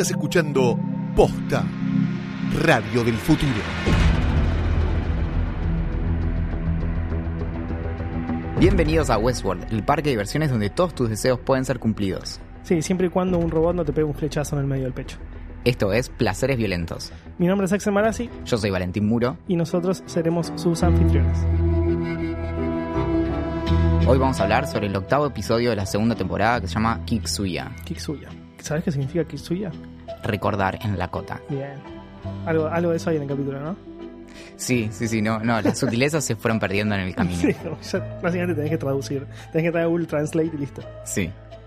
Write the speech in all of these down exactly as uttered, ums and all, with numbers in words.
Estás escuchando Posta, Radio del Futuro. Bienvenidos a Westworld, el parque de diversiones donde todos tus deseos pueden ser cumplidos. Sí, siempre y cuando un robot no te pegue un flechazo en el medio del pecho. Esto es Placeres Violentos. Mi nombre es Axel Marazzi. Yo soy Valentín Muro. Y nosotros seremos sus anfitriones. Hoy vamos a hablar sobre el octavo episodio de la segunda temporada que se llama Kiksuya. Kiksuya. ¿Sabes qué significa Kiksuya? Recordar en Lakota. Bien. Algo, algo de eso hay en el capítulo, ¿no? Sí, sí, sí. No, no, las sutilezas se fueron perdiendo en el camino. Sí, ya básicamente tenés que traducir. Tenés que traer Google Translate y listo. Sí.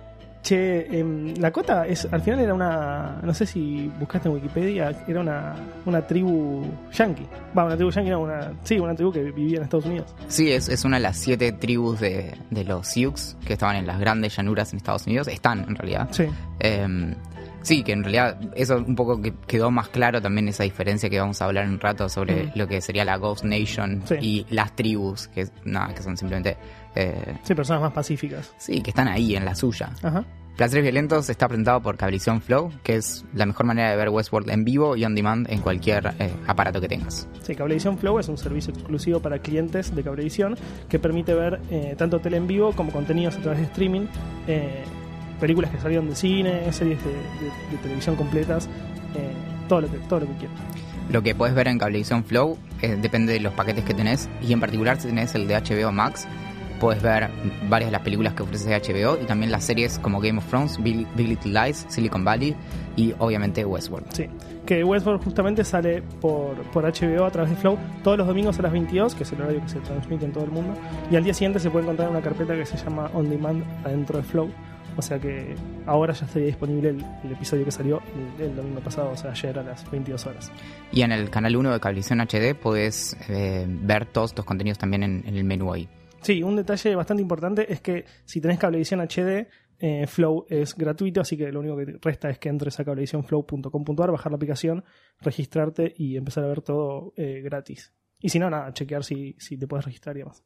Che, eh, Lakota es, al final era una... No sé si buscaste en Wikipedia. Era una, una tribu yankee. Va, una tribu yankee, no, una... Sí, una tribu que vivía en Estados Unidos. Sí, es, es una de las siete tribus de, de los Sioux que estaban en las grandes llanuras en Estados Unidos. Están, en realidad. Sí. Eh, sí, que en realidad eso un poco que quedó más claro también, esa diferencia que vamos a hablar en un rato sobre mm. lo que sería la Ghost Nation, sí, y las tribus, que, nada, que son simplemente... Eh, sí, personas más pacíficas. Sí, que están ahí en la suya. Ajá. Placeres Violentos está presentado por Cablevisión Flow, que es la mejor manera de ver Westworld en vivo y on demand en cualquier eh, aparato que tengas. Sí, Cablevisión Flow es un servicio exclusivo para clientes de Cablevisión que permite ver eh, tanto tele en vivo como contenidos a través de streaming, eh, películas que salieron de cine, series de, de, de televisión completas, eh, todo lo que todo lo que quieras. Lo que puedes ver en Cablevisión Flow eh, depende de los paquetes que tenés, y en particular si tenés el de H B O Max, puedes ver varias de las películas que ofrece H B O y también las series como Game of Thrones, Big, Big Little Lies, Silicon Valley y obviamente Westworld. Sí, que Westworld justamente sale por, por H B O a través de Flow todos los domingos a las veintidós, que es el horario que se transmite en todo el mundo, y al día siguiente se puede encontrar una carpeta que se llama On Demand adentro de Flow. O sea que ahora ya estaría disponible el, el episodio que salió el, el domingo pasado, o sea, ayer a las veintidós horas. Y en el canal uno de Cablevisión H D podés eh, ver todos estos contenidos también en, en el menú ahí. Sí, un detalle bastante importante es que si tenés Cablevisión H D, eh, Flow es gratuito, así que lo único que resta es que entres a cablevisión flow punto com punto a r, bajar la aplicación, registrarte y empezar a ver todo eh, gratis. Y si no, nada, chequear si, si te puedes registrar y demás.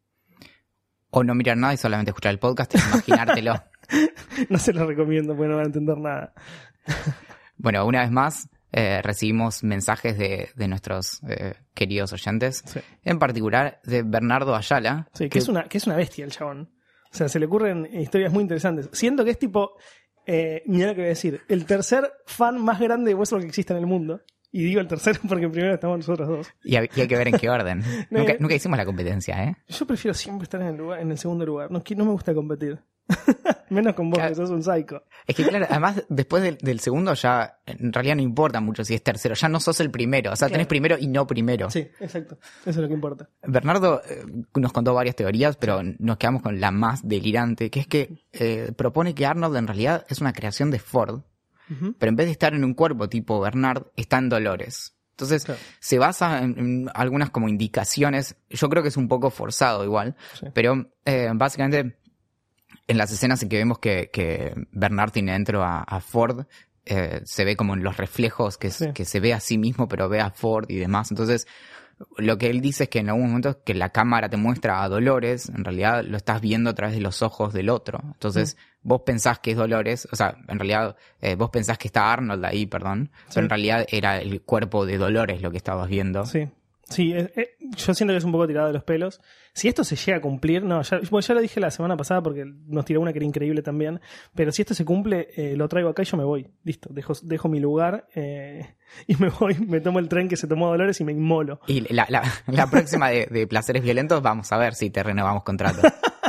O no mirar nada y solamente escuchar el podcast y imaginártelo. No se lo recomiendo porque no van a entender nada. Bueno, una vez más, eh, recibimos mensajes de, de nuestros eh, queridos oyentes. Sí. En particular de Bernardo Ayala. Sí, que, que, es una, que es una bestia el chabón. O sea, se le ocurren historias muy interesantes. Siento que es tipo, eh, mira lo que voy a decir, el tercer fan más grande de Westworld que existe en el mundo. Y digo el tercero porque primero estamos nosotros dos. Y hay, y hay que ver en qué orden. no, nunca, nunca hicimos la competencia, ¿eh? Yo prefiero siempre estar en el, lugar, en el segundo lugar. No, no me gusta competir. Menos con vos, claro, que sos un psycho. Es que claro, además después del, del segundo ya en realidad no importa mucho si es tercero. Ya no sos el primero. O sea, claro, tenés primero y no primero. Sí, exacto. Eso es lo que importa. Bernardo eh, nos contó varias teorías, pero nos quedamos con la más delirante, que es que eh, propone que Arnold en realidad es una creación de Ford, uh-huh, pero en vez de estar en un cuerpo tipo Bernard, está en Dolores. Entonces, claro, se basa en, en algunas como indicaciones. Yo creo que es un poco forzado igual, sí, pero eh, básicamente en las escenas en que vemos que, que Bernard tiene dentro a, a Ford, eh, se ve como en los reflejos que, sí, que se ve a sí mismo, pero ve a Ford y demás. Entonces, lo que él dice es que en algún momento que la cámara te muestra a Dolores, en realidad lo estás viendo a través de los ojos del otro. Entonces, sí, vos pensás que es Dolores, o sea, en realidad eh, vos pensás que está Arnold ahí, perdón, sí, pero en realidad era el cuerpo de Dolores lo que estabas viendo. Sí. Sí, eh, eh, yo siento que es un poco tirado de los pelos. Si esto se llega a cumplir, no, ya, bueno, ya lo dije la semana pasada porque nos tiró una que era increíble también, pero si esto se cumple, eh, lo traigo acá y yo me voy. Listo, dejo, dejo mi lugar eh, y me voy, me tomo el tren que se tomó Dolores y me inmolo. Y la, la, la próxima de, de Placeres Violentos vamos a ver si te renovamos contrato.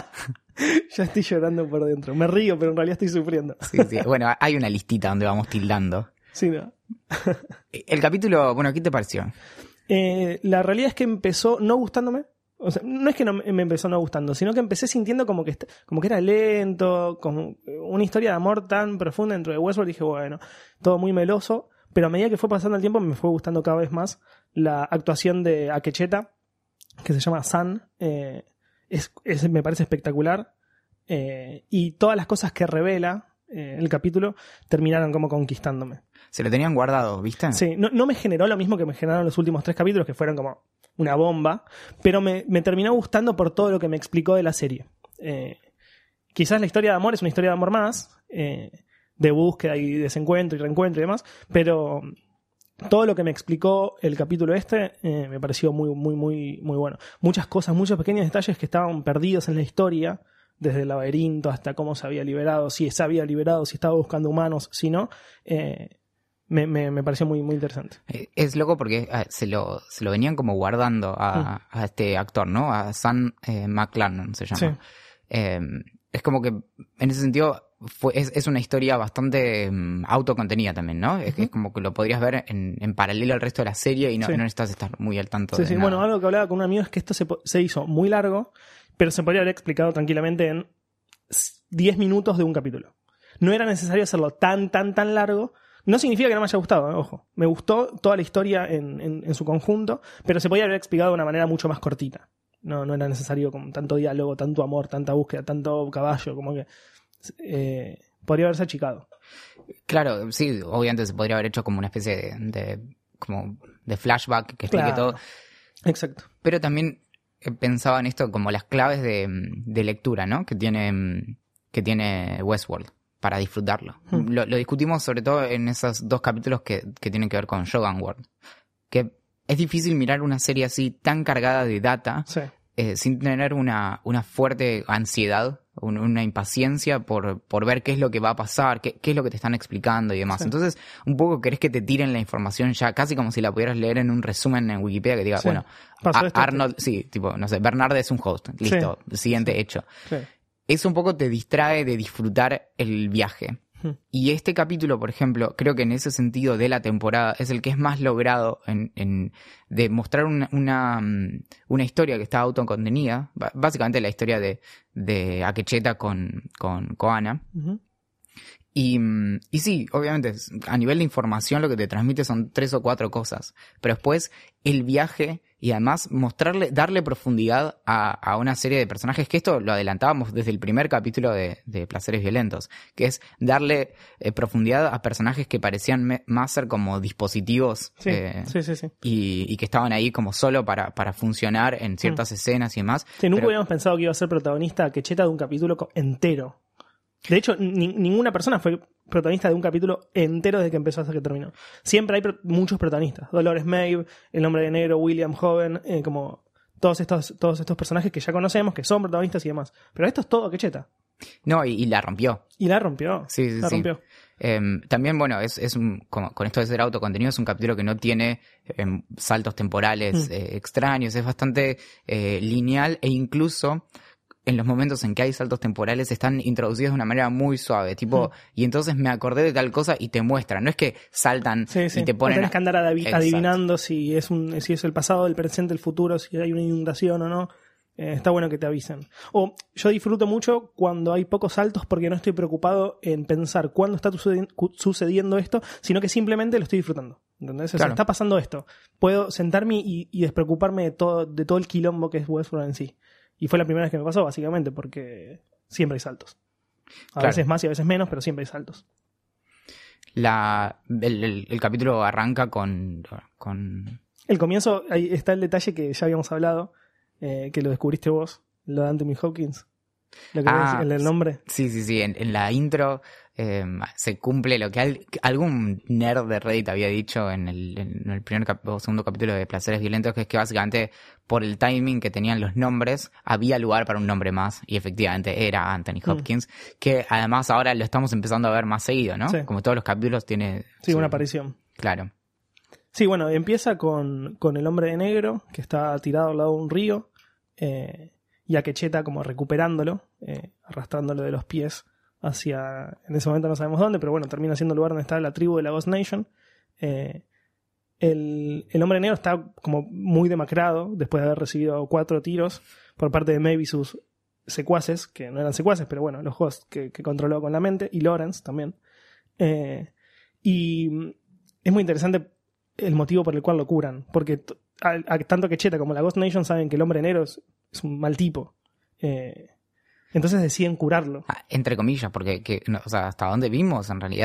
Ya estoy llorando por dentro. Me río, pero en realidad estoy sufriendo. Sí, sí. Bueno, hay una listita donde vamos tildando. Sí, no. El capítulo, bueno, ¿qué te pareció? Eh, la realidad es que empezó no gustándome. O sea, no es que no me empezó no gustando, sino que empecé sintiendo como que, como que era lento, como una historia de amor tan profunda dentro de Westworld. Dije, bueno, todo muy meloso. Pero a medida que fue pasando el tiempo me fue gustando cada vez más la actuación de Akecheta, que se llama Sun. Eh, es, es, me parece espectacular. Eh, y todas las cosas que revela eh, el capítulo terminaron como conquistándome. Se lo tenían guardado, ¿viste? Sí, no, no me generó lo mismo que me generaron los últimos tres capítulos, que fueron como una bomba, pero me, me terminó gustando por todo lo que me explicó de la serie. Eh, quizás la historia de amor es una historia de amor más, eh, de búsqueda y desencuentro y reencuentro y demás, pero todo lo que me explicó el capítulo este eh, me pareció muy, muy, muy, muy bueno. Muchas cosas, muchos pequeños detalles que estaban perdidos en la historia, desde el laberinto hasta cómo se había liberado, si se había liberado, si estaba buscando humanos, si no, eh, me, me, me pareció muy, muy interesante. Es loco porque eh, se lo, se lo venían como guardando a, mm. a este actor, ¿no? A Sam eh, McLaren se llama. Sí. Eh, es como que, en ese sentido, fue, es, es una historia bastante um, autocontenida también, ¿no? Uh-huh. Es, es como que lo podrías ver en, en paralelo al resto de la serie y no, sí. no necesitas estar muy al tanto sí, de sí. nada. Bueno, algo que hablaba con un amigo es que esto se, se hizo muy largo, pero se podría haber explicado tranquilamente en diez minutos de un capítulo. No era necesario hacerlo tan, tan, tan largo. No significa que no me haya gustado, ¿eh? Ojo. Me gustó toda la historia en, en, en su conjunto, pero se podría haber explicado de una manera mucho más cortita. No, no era necesario con tanto diálogo, tanto amor, tanta búsqueda, tanto caballo, como que eh, podría haberse achicado. Claro, sí, obviamente se podría haber hecho como una especie de, de como de flashback que explique claro. todo. Exacto. Pero también pensaba en esto como las claves de, de lectura, ¿no? Que tiene, que tiene Westworld para disfrutarlo. Hmm. Lo, lo discutimos sobre todo en esos dos capítulos que, que tienen que ver con Shogun World. Que es difícil mirar una serie así tan cargada de data sí. eh, sin tener una, una fuerte ansiedad, un, una impaciencia por, por ver qué es lo que va a pasar, qué, qué es lo que te están explicando y demás. Sí. Entonces, un poco querés que te tiren la información ya, casi como si la pudieras leer en un resumen en Wikipedia que diga, sí. bueno, a, Arnold, sí, tipo, no sé, Bernard es un host, listo, sí. siguiente sí. hecho. Sí. Eso un poco te distrae de disfrutar el viaje. Y este capítulo, por ejemplo, creo que en ese sentido de la temporada es el que es más logrado en, en de mostrar una, una, una historia que está autocontenida, básicamente la historia de, de Akecheta con, con Koana. Uh-huh. Y, y sí, obviamente, a nivel de información lo que te transmite son tres o cuatro cosas, pero después el viaje y además mostrarle, darle profundidad a, a una serie de personajes, que esto lo adelantábamos desde el primer capítulo de, de Placeres Violentos, que es darle eh, profundidad a personajes que parecían me, más ser como dispositivos sí, eh, sí, sí, sí. Y, y que estaban ahí como solo para, para funcionar en ciertas mm. escenas y demás. Sí, nunca pero, hubiéramos pensado que iba a ser protagonista Akecheta de un capítulo entero. De hecho, ni, ninguna persona fue protagonista de un capítulo entero desde que empezó hasta que terminó. Siempre hay pro- muchos protagonistas. Dolores Maeve, El Hombre de Negro, William Joven, eh, como todos estos, todos estos personajes que ya conocemos, que son protagonistas y demás. Pero esto es todo Akecheta. No, y, y la rompió. Y la rompió. Sí, sí, la sí. rompió. Eh, también, bueno, es, es un, como, con esto de ser autocontenido, es un capítulo que no tiene eh, saltos temporales mm. eh, extraños. Es bastante eh, lineal e incluso en los momentos en que hay saltos temporales están introducidos de una manera muy suave, tipo, mm. y entonces me acordé de tal cosa y te muestran, no es que saltan sí, sí. y te ponen... No tenés que andar adiv- adivinando si es un si es el pasado, el presente, el futuro, si hay una inundación o no. Eh, está bueno que te avisen. O yo disfruto mucho cuando hay pocos saltos porque no estoy preocupado en pensar cuándo está sucediendo esto, sino que simplemente lo estoy disfrutando. ¿Entendés? O sea, claro. está pasando esto. Puedo sentarme y, y despreocuparme de todo, de todo el quilombo que es Westworld en sí. Y fue la primera vez que me pasó, básicamente, porque siempre hay saltos. A claro. veces más y a veces menos, pero siempre hay saltos. La, el, el, el capítulo arranca con, con... El comienzo, ahí está el detalle que ya habíamos hablado, eh, que lo descubriste vos, lo de Anthony Hopkins. Lo que ah, ves, el, el nombre. Sí, sí, sí. En, en la intro eh, se cumple lo que al, algún nerd de Reddit había dicho en el, en el primer cap- o segundo capítulo de Placeres Violentos, que es que básicamente por el timing que tenían los nombres había lugar para un nombre más, y efectivamente era Anthony Hopkins, mm. que además ahora lo estamos empezando a ver más seguido, ¿no? Sí. Como todos los capítulos tiene... Sí, su... una aparición. Claro. Sí, bueno, empieza con, con el hombre de negro que está tirado al lado de un río, eh, y Akecheta como recuperándolo, eh, arrastrándolo de los pies hacia, en ese momento no sabemos dónde, pero bueno, termina siendo el lugar donde está la tribu de la Ghost Nation. Eh, el, el hombre negro está como muy demacrado después de haber recibido cuatro tiros por parte de Maeve y sus secuaces, que no eran secuaces, pero bueno, los hosts que, que controló con la mente, y Lawrence también. Eh, y es muy interesante el motivo por el cual lo curan, porque t- a, a, tanto Akecheta como la Ghost Nation saben que el hombre negro es, es un mal tipo. Eh, entonces deciden curarlo. Ah, entre comillas, porque que, no, o sea, hasta donde vimos, en realidad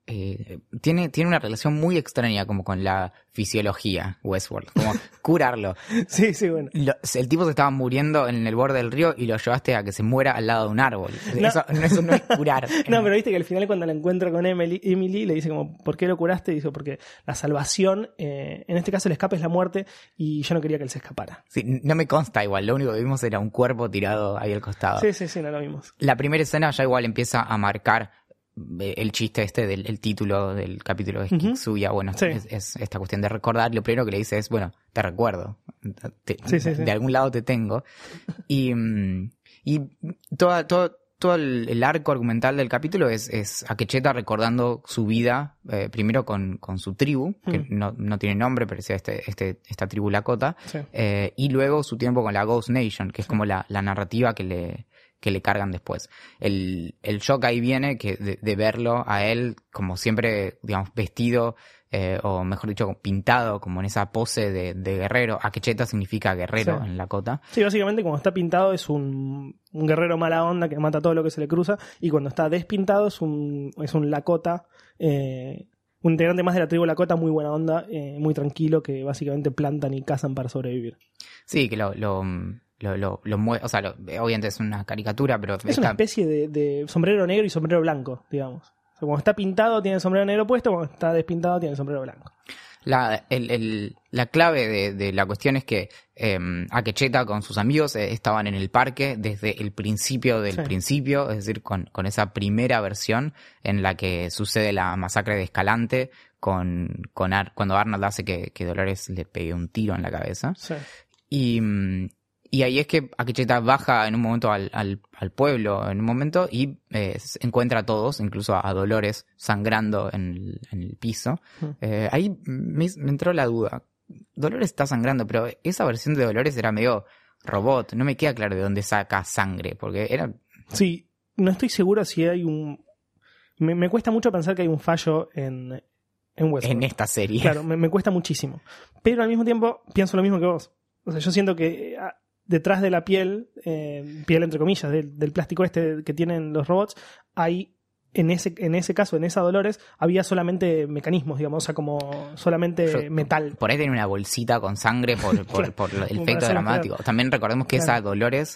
Eh, tiene, tiene una relación muy extraña como con la fisiología Westworld, como curarlo. Sí, sí, bueno. Lo- el tipo se estaba muriendo en el borde del río y lo llevaste a que se muera al lado de un árbol. No. Eso, no, eso no es curar. No, pero viste que al final cuando la encuentra con Emily, Emily le dice como, ¿por qué lo curaste? Y dice, porque la salvación, eh, en este caso el escape es la muerte y yo no quería que él se escapara. Sí, no me consta igual, lo único que vimos era un cuerpo tirado ahí al costado. Sí, sí, sí, no lo vimos. La primera escena ya igual empieza a marcar eh, el chiste este del el título del capítulo de Ujú. Kitsuya. Bueno, Sí. es, es esta cuestión de recordar. Lo primero que le dice es, bueno, te recuerdo. Te- Sí, sí, sí. De algún lado te tengo. Y, mm, y toda, todo, todo el, el arco argumental del capítulo es, es Akecheta recordando su vida, eh, primero con, con su tribu, que Mm. no, no tiene nombre, pero es este, este, esta tribu Lakota, Sí. eh, y luego su tiempo con la Ghost Nation, que es como la, la narrativa que le, que le cargan después. El, el shock ahí viene que de, de verlo a él como siempre, digamos, vestido, eh, o mejor dicho, pintado como en esa pose de, de guerrero. Akecheta significa guerrero Sí. en Lakota. Sí, básicamente como está pintado es un, un guerrero mala onda que mata todo lo que se le cruza y cuando está despintado es un, es un Lakota, eh, un integrante más de la tribu Lakota muy buena onda, eh, muy tranquilo, que básicamente plantan y cazan para sobrevivir. Sí, que lo, lo, lo, lo, lo mue- o sea, lo- obviamente es una caricatura, pero Es una especie de, de sombrero negro y sombrero blanco, digamos. O sea, cuando está pintado tiene el sombrero negro puesto, cuando está despintado tiene el sombrero blanco. La, el, el, la clave de, de la cuestión es que eh, Akecheta con sus amigos eh, estaban en el parque desde el principio del Sí. principio, es decir, con, con esa primera versión en la que sucede la masacre de Escalante, con, con Ar- cuando Arnold hace que, que Dolores le pegue un tiro en la cabeza. Sí. Y, mm, y ahí es que Akecheta baja en un momento al, al, al pueblo, en un momento, y eh, se encuentra a todos, incluso a Dolores, sangrando en el, en el piso. Mm. Eh, ahí me, me entró la duda. Dolores está sangrando, pero esa versión de Dolores era medio robot. No me queda claro de dónde saca sangre, porque era... Sí, no estoy seguro si hay un... Me, me cuesta mucho pensar que hay un fallo en, en Westworld. en esta serie. Claro, me, me cuesta muchísimo. Pero al mismo tiempo pienso lo mismo que vos. O sea, yo siento que ah, detrás de la piel, eh, piel entre comillas, del, del plástico este que tienen los robots, hay, en ese, en ese caso, en esa Dolores, había solamente mecanismos, digamos, o sea, como solamente Yo- metal. Por ahí tiene una bolsita con sangre por, por, Claro, por lo- el como efecto para hacer dramático. También recordemos que Claro. esa Dolores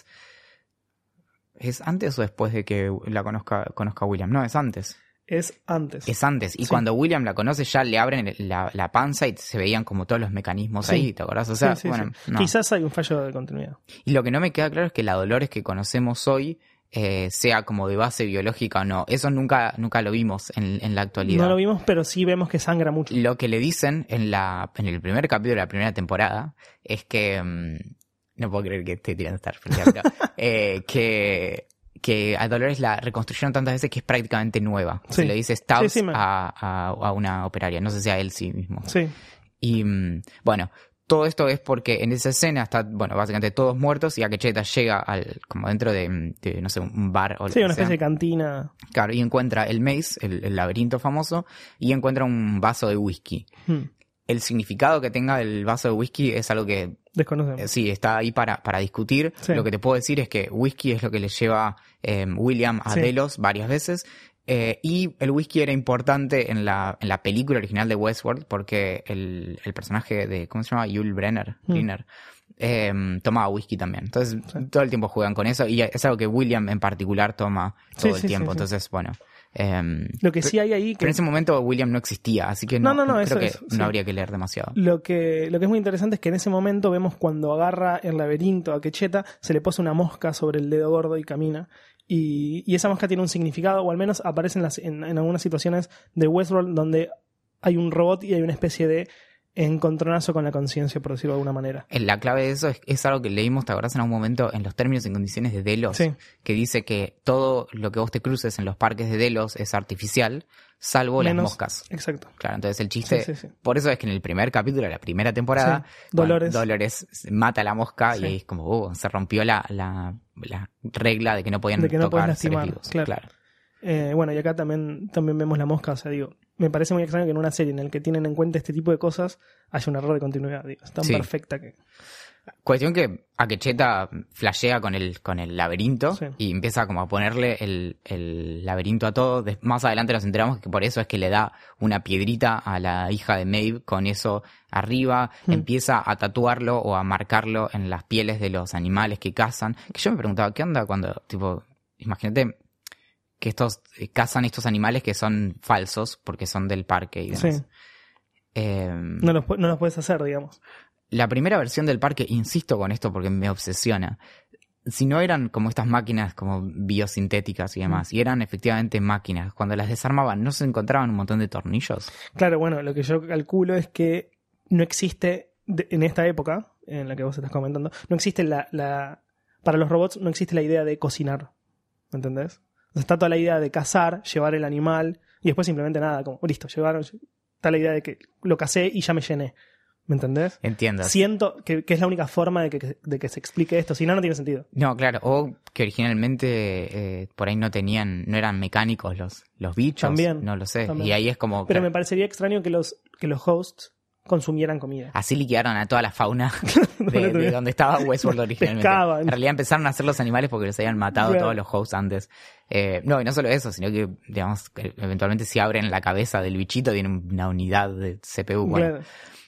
es antes o después de que la conozca, conozca a William. No, es antes. Es antes. Es antes. Y Sí. cuando William la conoce ya le abren el- la, la panza y se veían como todos los mecanismos Sí. ahí, ¿te acordás? O sea, Sí, sí, bueno, sí. no. Quizás hay un fallo de continuidad. Y lo que no me queda claro es que la Dolores que conocemos hoy eh, sea como de base biológica o no. Eso nunca, nunca lo vimos en, en la actualidad. No lo vimos, pero sí vemos que sangra mucho. Lo que le dicen en la en el primer capítulo de la primera temporada es que mm, no puedo creer que esté tirando esta referencia, pero eh, que que a Dolores la reconstruyeron tantas veces que es prácticamente nueva. Sí. Se lo dice Stubbs Sí, sí, me- a, a, a una operaria, no sé si a él sí mismo. Sí. Y mm, bueno, todo esto es porque en esa escena está, bueno, básicamente todos muertos y Akecheta llega al como dentro de, de, no sé, un bar o lo Sí, que una sea. especie de cantina. Claro, y encuentra el maze, el, el laberinto famoso, y encuentra un vaso de whisky. Hmm. El significado que tenga el vaso de whisky es algo que Desconocemos. eh, sí, está ahí para, para discutir. Sí. Lo que te puedo decir es que whisky es lo que le lleva eh, William a Sí. Delos varias veces. Eh, y el whisky era importante en la, en la película original de Westworld porque el, el personaje de, ¿cómo se llama? Yul Brenner, Mm. Brenner, eh, tomaba whisky también. Entonces, Sí. todo el tiempo juegan con eso y es algo que William en particular toma todo Sí, el sí, tiempo. sí, sí. Entonces, bueno. eh, Lo que sí hay ahí pero que en ese momento William no existía, así que no, No, no, no, creo eso que es, no sí. habría que leer demasiado. Lo que, lo que es muy interesante es que en ese momento vemos cuando agarra el laberinto a Akecheta, se le posa una mosca sobre el dedo gordo y camina. Y, y esa mosca tiene un significado, o al menos aparece en, las, en, en algunas situaciones de Westworld donde hay un robot y hay una especie de encontronazo con la conciencia, por decirlo de alguna manera. Eh, La clave de eso es, es algo que leímos, ¿te acordás en algún momento en los términos y condiciones de Delos? Sí. Que dice que todo lo que vos te cruces en los parques de Delos es artificial, salvo Menos- las moscas. Exacto. Claro, entonces el chiste, Sí, sí, sí. por eso es que en el primer capítulo de la primera temporada, Sí, Dolores. cuando Dolores mata a la mosca Sí. y ahí es como, oh, se rompió la, la, la regla de que no podían De que no tocar podés seres lastimar, vivos. claro. Eh, bueno, y acá también, también vemos la mosca, o sea, digo, me parece muy extraño que en una serie en la que tienen en cuenta este tipo de cosas haya un error de continuidad, digo, es tan Sí. perfecta que... Cuestión que Akecheta flashea con el, con el laberinto sí. y empieza como a ponerle el, el laberinto a todo. De, más adelante nos enteramos que por eso es que le da una piedrita a la hija de Maeve con eso arriba. Mm. Empieza a tatuarlo o a marcarlo en las pieles de los animales que cazan. Que yo me preguntaba, ¿qué onda cuando, tipo, imagínate que estos eh, cazan estos animales que son falsos porque son del parque y demás? Sí. Eh, no, los, no los puedes hacer, digamos. La primera versión del parque, insisto con esto porque me obsesiona, si no eran como estas máquinas como biosintéticas y demás, mm. y eran efectivamente máquinas, cuando las desarmaban, ¿no se encontraban un montón de tornillos? Claro, bueno, lo que yo calculo es que no existe, de, en esta época, en la que vos estás comentando, no existe la, la... Para los robots no existe la idea de cocinar, ¿me entendés? O sea, está toda la idea de cazar, llevar el animal, y después simplemente nada, como, oh, listo, llevaron, está la idea de que lo cacé y ya me llené. ¿Me entendés? Entiendo. Siento que, que es la única forma de que, de que se explique esto. Si no, no tiene sentido. No, claro. O que originalmente eh, por ahí no tenían, no eran mecánicos los, los bichos. También. No lo sé. También. Y ahí es como... Pero que... me parecería extraño que los, que los hosts consumieran comida. Así liquidaron a toda la fauna de, de donde estaba Westworld originalmente. Pescaban. En realidad empezaron a hacer los animales porque los habían matado claro. todos los hosts antes. Eh, no, y no solo eso, sino que, digamos, que eventualmente si abren la cabeza del bichito tienen una unidad de C P U. Bueno. Claro.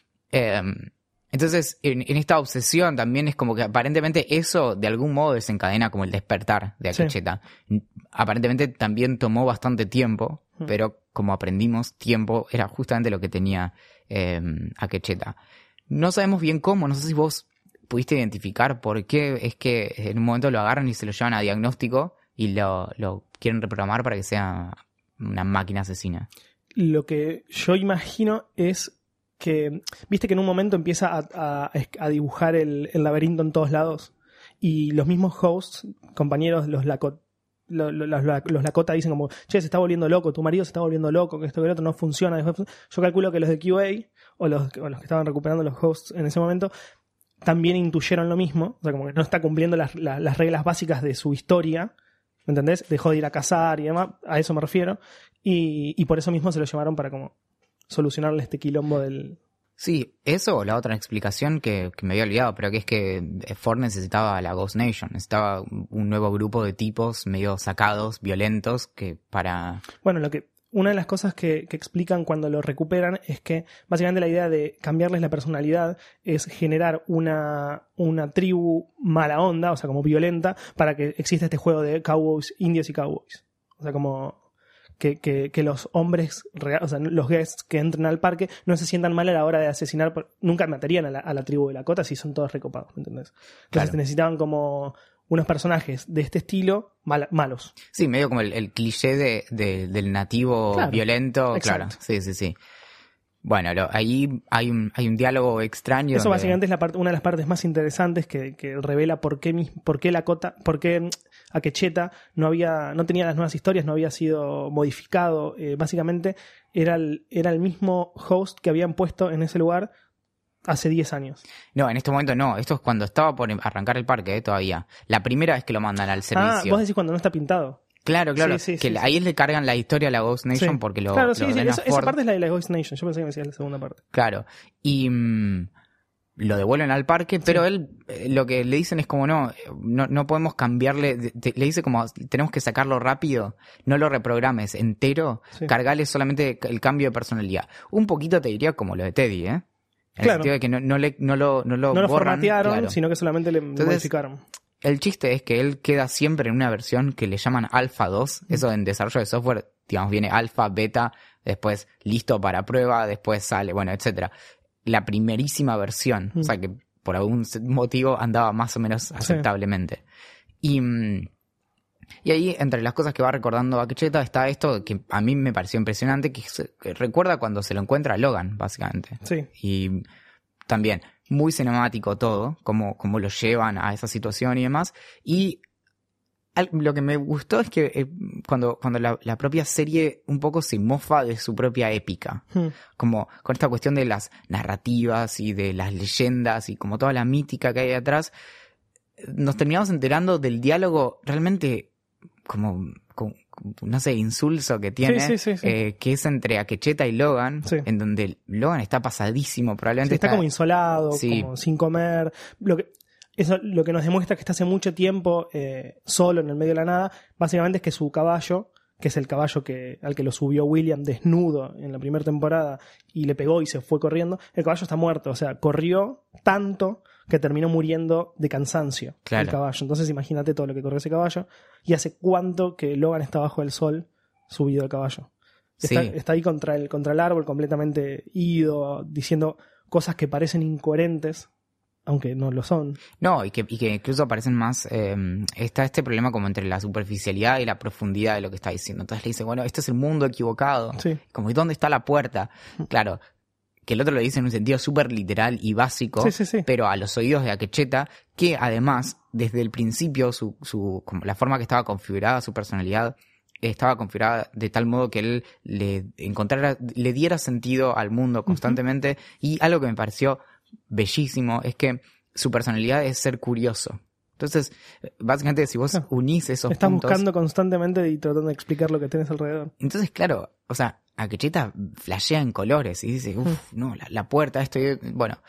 Eh, entonces, en, en esta obsesión también es como que aparentemente eso de algún modo desencadena como el despertar de Akecheta. Sí. Aparentemente también tomó bastante tiempo, mm. pero como aprendimos, tiempo era justamente lo que tenía eh, Akecheta. No sabemos bien cómo, no sé si vos pudiste identificar por qué es que en un momento lo agarran y se lo llevan a diagnóstico y lo, lo quieren reprogramar para que sea una máquina asesina. Lo que yo imagino es que, viste que en un momento empieza a, a, a dibujar el, el laberinto en todos lados y los mismos hosts, compañeros, los Lakota, los, los, los Lakota dicen como, che, se está volviendo loco, tu marido se está volviendo loco, que esto que el otro no funciona. Yo calculo que los de Q A o los, o los que estaban recuperando los hosts en ese momento también intuyeron lo mismo, o sea, como que no está cumpliendo las, las, las reglas básicas de su historia, ¿me entendés? Dejó de ir a cazar y demás, a eso me refiero, y, y por eso mismo se lo llevaron para como solucionarle este quilombo del... Sí, eso o la otra explicación que, que me había olvidado, pero que es que Ford necesitaba la Ghost Nation, necesitaba un nuevo grupo de tipos medio sacados, violentos, que para... Bueno, lo que una de las cosas que, que explican cuando lo recuperan es que básicamente la idea de cambiarles la personalidad es generar una, una tribu mala onda, o sea, como violenta, para que exista este juego de cowboys, indios y cowboys. O sea, como... Que, que, que los hombres, real, o sea, los guests que entren al parque no se sientan mal a la hora de asesinar. Por, nunca matarían a la, a la tribu de Lakota si son todos recopados, ¿me entendés? Entonces claro. necesitaban como unos personajes de este estilo mal, malos. Sí, medio como el, el cliché de, de, del nativo claro. violento. Exacto. Claro, sí, sí, sí. Bueno, lo, ahí hay un, hay un diálogo extraño. Eso donde... básicamente es la parte, una de las partes más interesantes que, que revela por qué, por qué Lakota, por qué Akecheta no había, no tenía las nuevas historias, no había sido modificado. Eh, básicamente era el, era el mismo host que habían puesto en ese lugar hace diez años. No, en este momento no. Esto es cuando estaba por arrancar el parque, eh, todavía. La primera vez que lo mandan al servicio. Ah, vos decís cuando no está pintado. Claro, claro, sí, sí, que sí, ahí sí. le cargan la historia a la Ghost Nation sí. porque lo Claro, lo sí, sí, esa, esa parte es la de la Ghost Nation. Yo pensé que me decías la segunda parte. Claro, y mmm, lo devuelven al parque, pero sí. él, eh, lo que le dicen es como no, no, no podemos cambiarle, de, de, le dice como tenemos que sacarlo rápido, no lo reprogrames entero, sí. cargale solamente el cambio de personalidad. Un poquito te diría como lo de Teddy, ¿eh? En claro. el sentido de que no, no, le, no lo No lo, no lo borran, formatearon, claro. sino que solamente le Entonces, modificaron. El chiste es que él queda siempre en una versión que le llaman Alpha dos. Mm. Eso en desarrollo de software, digamos, viene Alpha, Beta, después listo para prueba, después sale, bueno, etcétera. La primerísima versión, mm. o sea que por algún motivo andaba más o menos aceptablemente. Sí. Y, y ahí, entre las cosas que va recordando Akecheta, está esto que a mí me pareció impresionante, que, se, que recuerda cuando se lo encuentra a Logan, básicamente. Sí. Y también... muy cinemático todo, cómo, cómo lo llevan a esa situación y demás. Y al, lo que me gustó es que eh, cuando, cuando la, la propia serie un poco se mofa de su propia épica. Hmm. Como con esta cuestión de las narrativas y de las leyendas y como toda la mítica que hay atrás, nos terminamos enterando del diálogo realmente como... como no sé, insulso que tiene, sí, sí, sí, sí. Eh, que es entre Akecheta y Logan, sí. en donde Logan está pasadísimo, probablemente sí, está, está como insolado, sí. como sin comer. Lo que, eso lo que nos demuestra que está hace mucho tiempo eh, solo en el medio de la nada, básicamente es que su caballo, que es el caballo que al que lo subió William desnudo en la primera temporada y le pegó y se fue corriendo, el caballo está muerto, o sea, corrió tanto que terminó muriendo de cansancio, claro. el caballo. Entonces imagínate todo lo que corrió ese caballo y hace cuánto que Logan está bajo el sol subido al caballo. Está, sí. está ahí contra el, contra el árbol completamente ido, diciendo cosas que parecen incoherentes, aunque no lo son. No, y que, y que incluso parecen más... Eh, está este problema como entre la superficialidad y la profundidad de lo que está diciendo. Entonces le dice, bueno, este es el mundo equivocado. Sí. Como, ¿y dónde está la puerta? Claro, que el otro lo dice en un sentido súper literal y básico, sí, sí, sí. pero a los oídos de Akecheta, que además, desde el principio, su, su como la forma que estaba configurada su personalidad estaba configurada de tal modo que él le encontrara, le diera sentido al mundo constantemente. Uh-huh. Y algo que me pareció bellísimo es que su personalidad es ser curioso. Entonces, básicamente, si vos unís esos Estás puntos... buscando constantemente y tratando de explicar lo que tenés alrededor. Entonces, claro, o sea, Akecheta flashea en colores y dice, uff, no, la, la puerta, esto y... Bueno,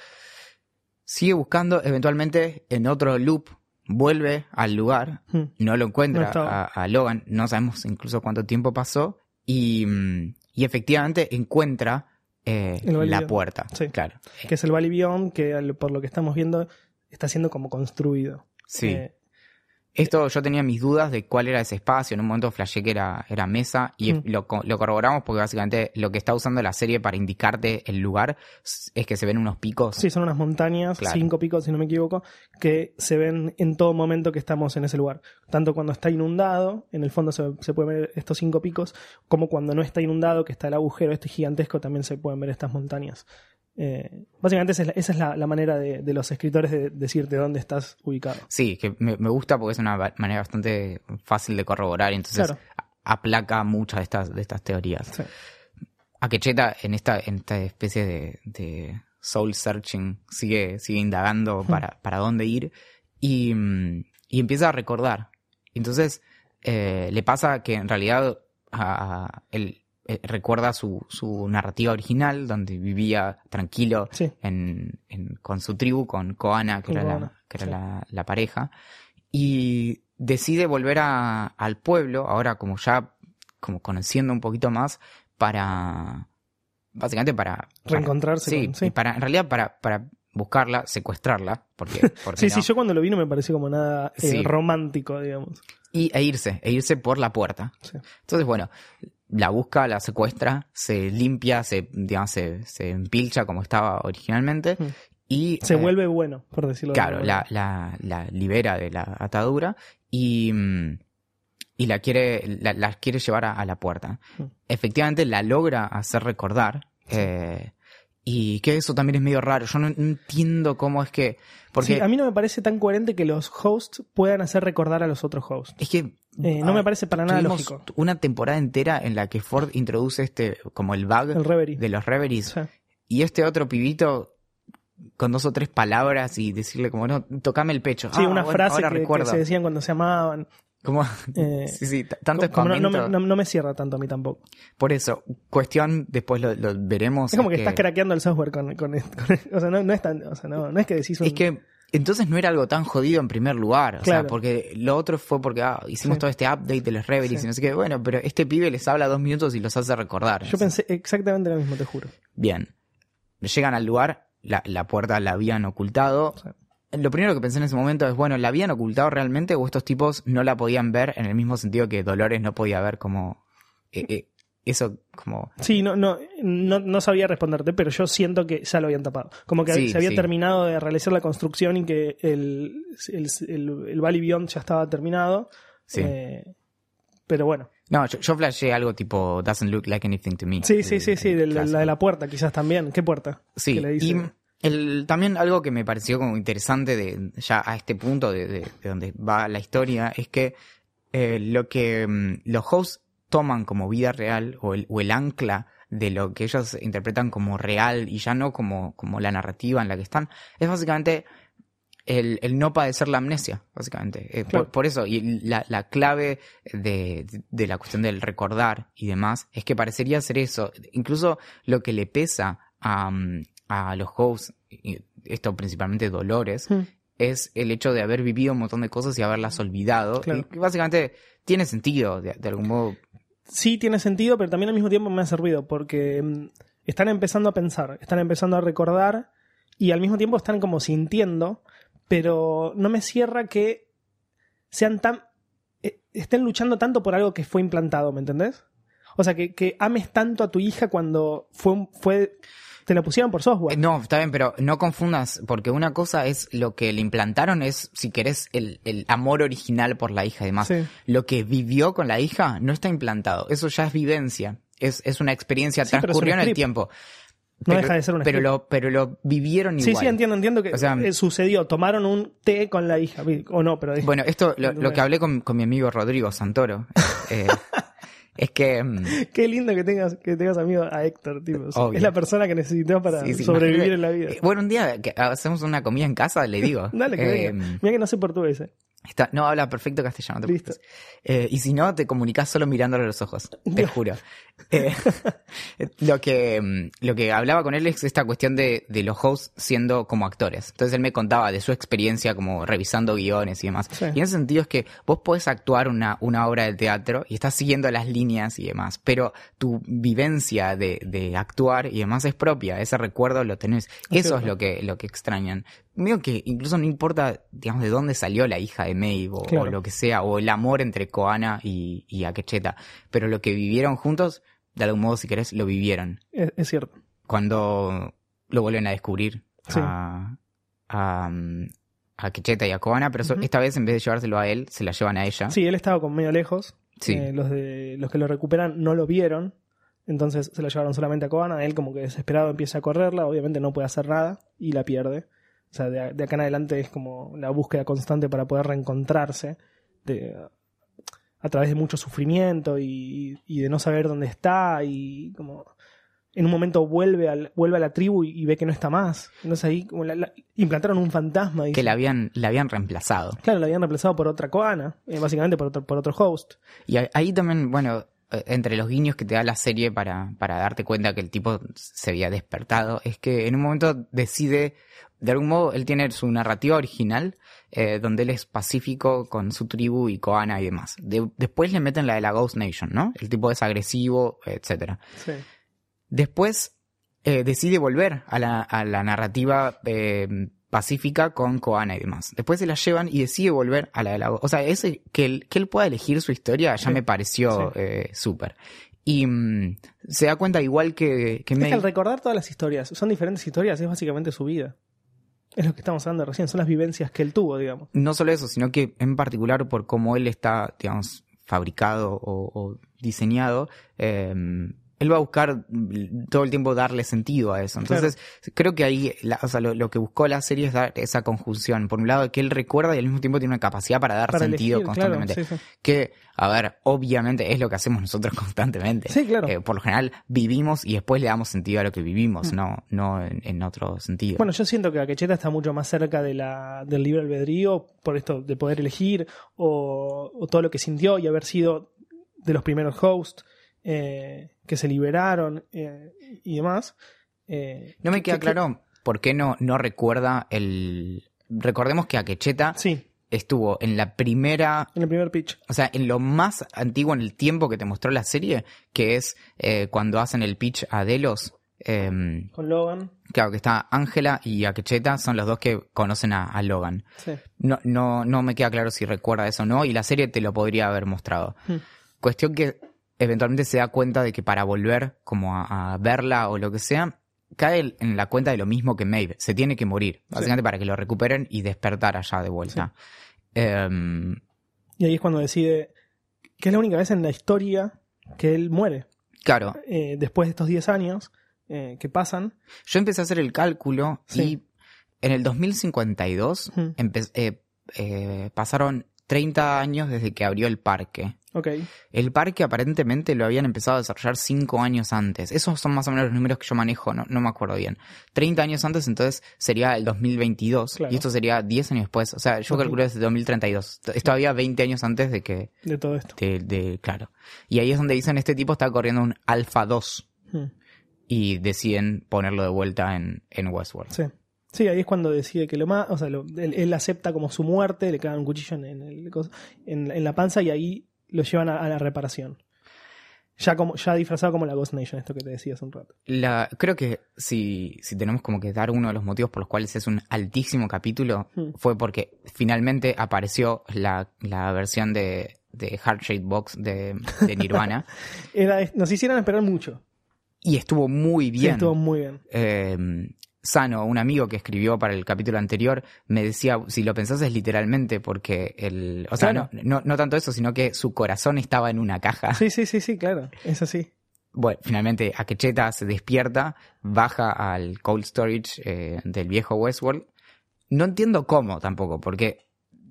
sigue buscando, eventualmente, en otro loop, vuelve al lugar, hmm. no lo encuentra no a, a Logan, no sabemos incluso cuánto tiempo pasó, y, y efectivamente encuentra eh, la puerta. Sí. Claro. Que es el Valley Beyond, que por lo que estamos viendo está siendo como construido. Sí. Eh, Esto yo tenía mis dudas de cuál era ese espacio. En un momento flashé que era, era mesa y mm. lo, lo corroboramos porque básicamente lo que está usando la serie para indicarte el lugar es que se ven unos picos. Sí, son unas montañas, claro. cinco picos si no me equivoco, que se ven en todo momento que estamos en ese lugar. Tanto cuando está inundado, en el fondo se, se pueden ver estos cinco picos, como cuando no está inundado, que está el agujero este gigantesco, también se pueden ver estas montañas. Eh, básicamente esa es la, esa es la, la manera de, de los escritores de decirte dónde estás ubicado. Sí, que me, me gusta porque es una manera bastante fácil de corroborar y entonces claro. aplaca muchas de estas, de estas teorías. Sí. Akecheta en esta, en esta especie de, de soul searching sigue, sigue indagando hmm. para, para dónde ir y, y empieza a recordar. Entonces eh, le pasa que en realidad a, a el recuerda su, su narrativa original, donde vivía tranquilo sí. en, en, con su tribu, con Koana, que con era, Koana. La, que era sí. la, la pareja, y decide volver a, al pueblo, ahora como ya como conociendo un poquito más, para básicamente para... Reencontrarse. Para, sí, con, sí. Y para, en realidad para, para buscarla, secuestrarla, porque, porque sí, no. sí, yo cuando lo vi no me pareció como nada eh, sí. romántico, digamos. Y, e irse, e irse por la puerta. Sí. Entonces, bueno... La busca, la secuestra, se limpia, se, digamos, se, se empilcha como estaba originalmente mm. y... Se eh, vuelve bueno, por decirlo claro, de la, la, la libera de la atadura y, y la quiere la, la quiere llevar a, a la puerta. Mm. Efectivamente la logra hacer recordar sí. eh, y que eso también es medio raro. Yo no entiendo cómo es que... Porque sí, a mí no me parece tan coherente que los hosts puedan hacer recordar a los otros hosts. Es que... Eh, no me parece para nada lógico. Una temporada entera en la que Ford introduce este como el bug el reverie. de los reveries. Sí. Y este otro pibito con dos o tres palabras y decirle como, no, tocame el pecho. Sí, ah, una bueno, frase que, que se decían cuando se amaban. Como, eh, sí, sí, tanto como no, no, me, no, no me cierra tanto a mí tampoco. Por eso, cuestión, después lo, lo veremos. Es como es que, que estás craqueando el software con, con, con o sea, no, no es tan, o sea, no, no es que decís un... Es que entonces no era algo tan jodido en primer lugar, o claro. sea, porque lo otro fue porque ah, hicimos sí. todo este update de los reveries sí. y no sé qué, bueno, pero este pibe les habla dos minutos y los hace recordar. Yo pensé exactamente lo mismo, te juro. Bien, llegan al lugar, la, la puerta la habían ocultado. Sí. Lo primero que pensé en ese momento es, bueno, ¿la habían ocultado realmente o estos tipos no la podían ver en el mismo sentido que Dolores no podía ver como... Eh, eh, eso como... Sí, no, no, no, no sabía responderte, pero yo siento que ya lo habían tapado. Como que sí, se había sí. terminado de realizar la construcción y que el, el, el, el Valley Beyond ya estaba terminado. Sí. Eh, pero bueno. No, yo, yo flashé algo tipo Doesn't look like anything to me. Sí, sí, sí, sí, de la, la de la puerta quizás también. ¿Qué puerta? Sí, ¿Qué le dice? y el, también algo que me pareció como interesante de ya a este punto de, de, de donde va la historia es que eh, lo que um, los hosts toman como vida real o el, o el ancla de lo que ellos interpretan como real y ya no como, como la narrativa en la que están, es básicamente el, el no padecer la amnesia, básicamente. Eh, claro. por, por eso, y la, la clave de, de la cuestión del recordar y demás, es que parecería ser eso. Incluso lo que le pesa a, a los hosts, esto principalmente Dolores, mm. es el hecho de haber vivido un montón de cosas y haberlas olvidado. Claro. Y que básicamente tiene sentido, de, de algún modo. Sí tiene sentido, pero también al mismo tiempo me hace ruido, porque mm, están empezando a pensar, están empezando a recordar, y al mismo tiempo están como sintiendo, pero no me cierra que sean tan... eh, estén luchando tanto por algo que fue implantado, ¿me entendés? O sea, que, que ames tanto a tu hija cuando fue, un- fue te la pusieron por software. Eh, No, está bien, pero no confundas, porque una cosa es lo que le implantaron es, si querés, el, el amor original por la hija y demás. Sí. Lo que vivió con la hija no está implantado, eso ya es vivencia, es, es una experiencia, Sí, pero es un transcurrió en el script. tiempo. No Pero- deja de ser un pero script. lo, pero lo vivieron Sí, igual. sí, entiendo, entiendo que O sea, eh, sucedió. Tomaron un té con la hija, o no, pero... Bueno, esto, lo, lo que hablé con, con mi amigo Rodrigo Santoro, eh, es que... mm, Qué lindo que tengas, que tengas amigo a Héctor, tipo. Obvio. Es la persona que necesitamos para sí, sí, sobrevivir imagínate, en la vida. eh, bueno, un día que hacemos una comida en casa, le digo. Dale, que eh, venga. Mira que no sé portugués, eh. Está, no, habla perfecto castellano. Te Listo. preocupes. Eh, y si no, te comunicas solo mirándole a los ojos. Te juro. Eh, lo que mm, lo que hablaba con él es esta cuestión de, de los hosts siendo como actores. Entonces él me contaba de su experiencia como revisando guiones y demás. Sí. Y en ese sentido es que vos podés actuar una, una obra de teatro y estás siguiendo las líneas y demás, pero tu vivencia de, de actuar y demás es propia. Ese recuerdo lo tenés. Es Eso es cierto. lo que, lo que extrañan. Digo que incluso no importa, digamos, de dónde salió la hija de Maeve o, Claro. o lo que sea, o el amor entre Koana y, y Akecheta, pero lo que vivieron juntos, de algún modo, si querés, lo vivieron. Es, es cierto. Cuando lo vuelven a descubrir Sí. a, a, um, a Akecheta y a Koana, pero so- Ujú. esta vez en vez de llevárselo a él, se la llevan a ella. Sí, él estaba con medio lejos. Sí. Eh, los, de, los que lo recuperan no lo vieron. Entonces se la llevaron solamente a Koana. Él como que desesperado empieza a correrla. Obviamente no puede hacer nada y la pierde. O sea, de, de acá en adelante es como la búsqueda constante para poder reencontrarse. De, a través de mucho sufrimiento y, y de no saber dónde está. Y como en un momento vuelve, al, vuelve a la tribu y, y ve que no está más. Entonces ahí como la, la- implantaron un fantasma. Y Que la habían, la habían reemplazado. Claro, la habían reemplazado por otra Koana. eh, básicamente por otro, por otro host. Y a- ahí también, bueno, eh, entre los guiños que te da la serie para, para darte cuenta que el tipo se había despertado, es que en un momento decide, de algún modo, él tiene su narrativa original, eh, donde él es pacífico con su tribu y Koana y demás. De- después le meten la de la Ghost Nation, ¿no? El tipo es agresivo, etcétera. Sí. Después eh, decide volver a la, a la narrativa eh, pacífica con Koana y demás. Después se la llevan y decide volver a la de la... O sea, ese, que, él, que él pueda elegir su historia ya Sí. me pareció Sí. eh, súper. Y mm, se da cuenta igual que, que Es que al Maeve. recordar todas las historias, son diferentes historias, es básicamente su vida. Es lo que estamos hablando recién, son las vivencias que él tuvo, digamos. No solo eso, sino que en particular por cómo él está, digamos, fabricado o, o diseñado, eh, él va a buscar todo el tiempo darle sentido a eso. Entonces, creo que ahí, la- o sea, lo, lo que buscó la serie es dar esa conjunción. Por un lado, que él recuerda y al mismo tiempo tiene una capacidad para dar Para sentido elegir, claro, constantemente. sí, sí. Que, a ver, obviamente es lo que hacemos nosotros constantemente. Sí, claro. Eh, por lo general, vivimos y después le damos sentido a lo que vivimos, no, no en, en otro sentido. Bueno, yo siento que Akecheta está mucho más cerca de la, del libre albedrío, por esto de poder elegir, o, o todo lo que sintió y haber sido de los primeros hosts eh, que se liberaron eh, y demás. Eh, No me queda que- que- claro por qué no, no recuerda el... Recordemos que Akecheta Sí, estuvo en la primera... en el primer pitch. O sea, en lo más antiguo en el tiempo que te mostró la serie, que es eh, cuando hacen el pitch a Delos. Eh, Con Logan. claro, que está Ángela y Akecheta, son los dos que conocen a, a Logan. Sí. No, no, no me queda claro si recuerda eso o no, y la serie te lo podría haber mostrado. Hmm. Cuestión que eventualmente se da cuenta de que para volver como a, a verla o lo que sea, cae en la cuenta de lo mismo que Maeve. Se tiene que morir, básicamente para que lo recuperen y despertar allá de vuelta. Em, Y ahí es cuando decide que es la única vez en la historia que él muere. claro, Eh, después de estos diez años eh, que pasan. yo empecé a hacer el cálculo Sí. y en el dos mil cincuenta y dos Ujú. empe- eh, eh, pasaron treinta años desde que abrió el parque. Ok. El parque aparentemente lo habían empezado a desarrollar cinco años antes. Esos son más o menos los números que yo manejo, no, no me acuerdo bien. treinta años antes, entonces sería el dos mil veintidós. Claro. Y esto sería diez años después. O sea, yo Ok. calculo desde dos mil treinta y dos. Es todavía veinte años antes de que... De todo esto. De, de- claro. Y ahí es donde dicen, este tipo está corriendo un Alpha dos. Hmm. Y deciden ponerlo de vuelta en, en Westworld. Sí. Sí, ahí es cuando decide que lo mata, o sea, lo, él, él acepta como su muerte, le clavan un cuchillo en, en, el, en, en la panza y ahí lo llevan a, a la reparación. Ya como ya disfrazado como la Ghost Nation, esto que te decía hace un rato. La, creo que si, si tenemos como que dar uno de los motivos por los cuales es un altísimo capítulo, hmm. fue porque finalmente apareció la, la versión de, de Heart Shaped Box de, de Nirvana. Era, nos hicieron esperar mucho. Y estuvo muy bien. Sí, estuvo muy bien. Eh, Sano, un amigo que escribió para el capítulo anterior, me decía, si lo pensás es literalmente porque el, o sea, claro. no, no, no tanto eso, sino que su corazón estaba en una caja. Sí, sí, sí, sí, claro, es así. Bueno, finalmente Akecheta se despierta, baja al cold storage eh, del viejo Westworld. No entiendo cómo tampoco, porque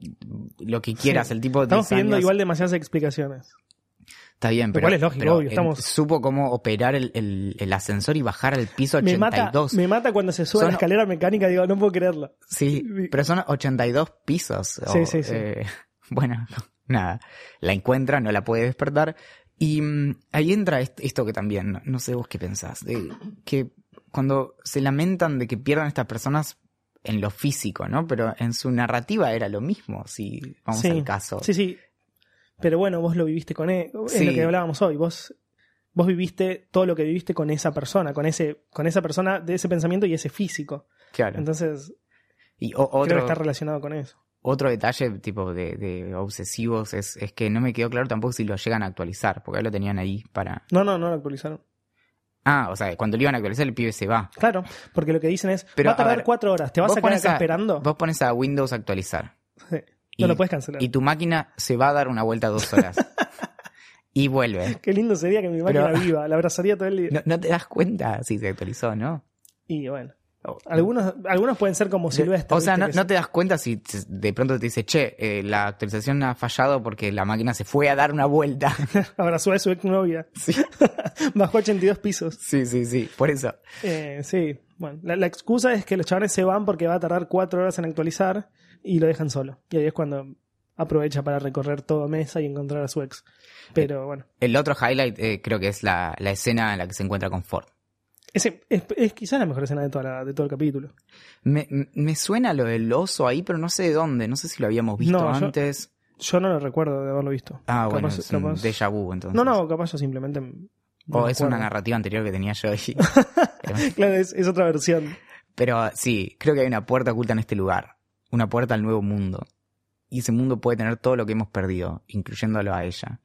lo que quieras, sí. el tipo de Estamos diez pidiendo años, igual demasiadas explicaciones. Está bien, pero, igual es lógico, pero obvio, estamos... supo cómo operar el, el, el ascensor y bajar al piso ochenta y dos. Me mata, me mata cuando se sube son... la escalera mecánica, digo, no puedo creerlo. Sí, pero son ochenta y dos pisos. Sí, o, sí, sí. Eh, bueno, nada, la encuentra, no la puede despertar. Y um, ahí entra esto que también, no, no sé vos qué pensás, de que cuando se lamentan de que pierdan estas personas en lo físico, ¿no? Pero en su narrativa era lo mismo, si vamos sí, al caso. Sí, sí. Pero bueno, vos lo viviste con él, es sí. lo que hablábamos hoy, vos vos viviste todo lo que viviste con esa persona, con ese con esa persona de ese pensamiento y ese físico. Claro. Entonces, y o, otro, creo que está relacionado con eso. Otro detalle tipo de, de obsesivos es, es que no me quedó claro tampoco si lo llegan a actualizar, porque ahí lo tenían ahí para... No, no, no lo actualizaron. Ah, o sea, cuando lo iban a actualizar el pibe se va. Claro, porque lo que dicen es, pero, va a tardar a ver, cuatro horas, ¿te vas a quedar acá esperando? Vos pones a Windows actualizar. Sí. Y, no lo puedes cancelar. Y tu máquina se va a dar una vuelta dos horas. Y vuelve. Qué lindo sería que mi máquina pero, viva, la abrazaría todo el día. No, no te das cuenta si se actualizó, ¿no? Y bueno. Algunos, algunos pueden ser como silvestres. O sea, no, no se... te das cuenta si de pronto te dice, che, eh, la actualización ha fallado porque la máquina se fue a dar una vuelta. Abrazó a su ex novia. Sí. Bajó ochenta y dos pisos. Sí, sí, sí, por eso. Eh, sí, bueno, la, la excusa es que los chavales se van porque va a tardar cuatro horas en actualizar y lo dejan solo. Y ahí es cuando aprovecha para recorrer todo Mesa y encontrar a su ex. Pero bueno. El otro highlight eh, creo que es la, la escena en la que se encuentra con Ford. Ese, es, es quizás la mejor escena de, toda la, de todo el capítulo. Me, me suena lo del oso ahí, pero no sé de dónde. No sé si lo habíamos visto no, antes. Yo, yo no lo recuerdo de haberlo visto. Ah, capaz, bueno, es capaz... un déjà vu entonces. No, no, capaz yo simplemente... No o es una narrativa anterior que tenía yo. Y... claro, es, es otra versión. Pero sí, creo que hay una puerta oculta en este lugar. Una puerta al nuevo mundo. Y ese mundo puede tener todo lo que hemos perdido, incluyéndolo a ella.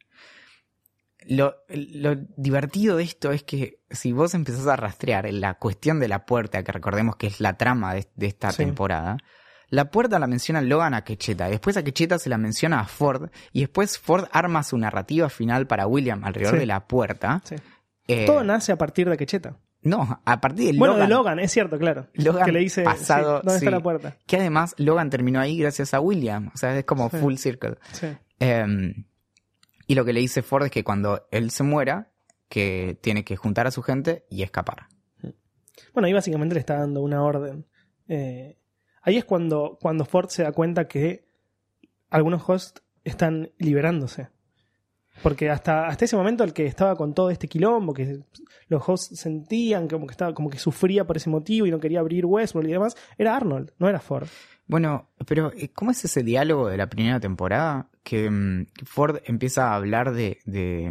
Lo, lo divertido de esto es que si vos empezás a rastrear la cuestión de la puerta, que recordemos que es la trama de, de esta sí. temporada, la puerta la menciona Logan a Akecheta, después Akecheta se la menciona a Ford, y después Ford arma su narrativa final para William alrededor sí. de la puerta. Sí. Eh, Todo nace a partir de Akecheta. No, a partir de bueno, Logan. Bueno, de Logan, es cierto, claro. Logan que le dice, pasado, sí, ¿dónde sí, está la puerta? Que además Logan terminó ahí gracias a William, o sea, es como sí. full circle. Sí. Eh, Y lo que le dice Ford es que cuando él se muera, que tiene que juntar a su gente y escapar. Bueno, ahí básicamente le está dando una orden. Eh, ahí es cuando, cuando Ford se da cuenta que algunos hosts están liberándose. Porque hasta, hasta ese momento el que estaba con todo este quilombo, que los hosts sentían como que, estaba, como que sufría por ese motivo y no quería abrir Westworld y demás, era Arnold, no era Ford. Bueno, pero ¿cómo es ese diálogo de la primera temporada? Que um, Ford empieza a hablar de... de...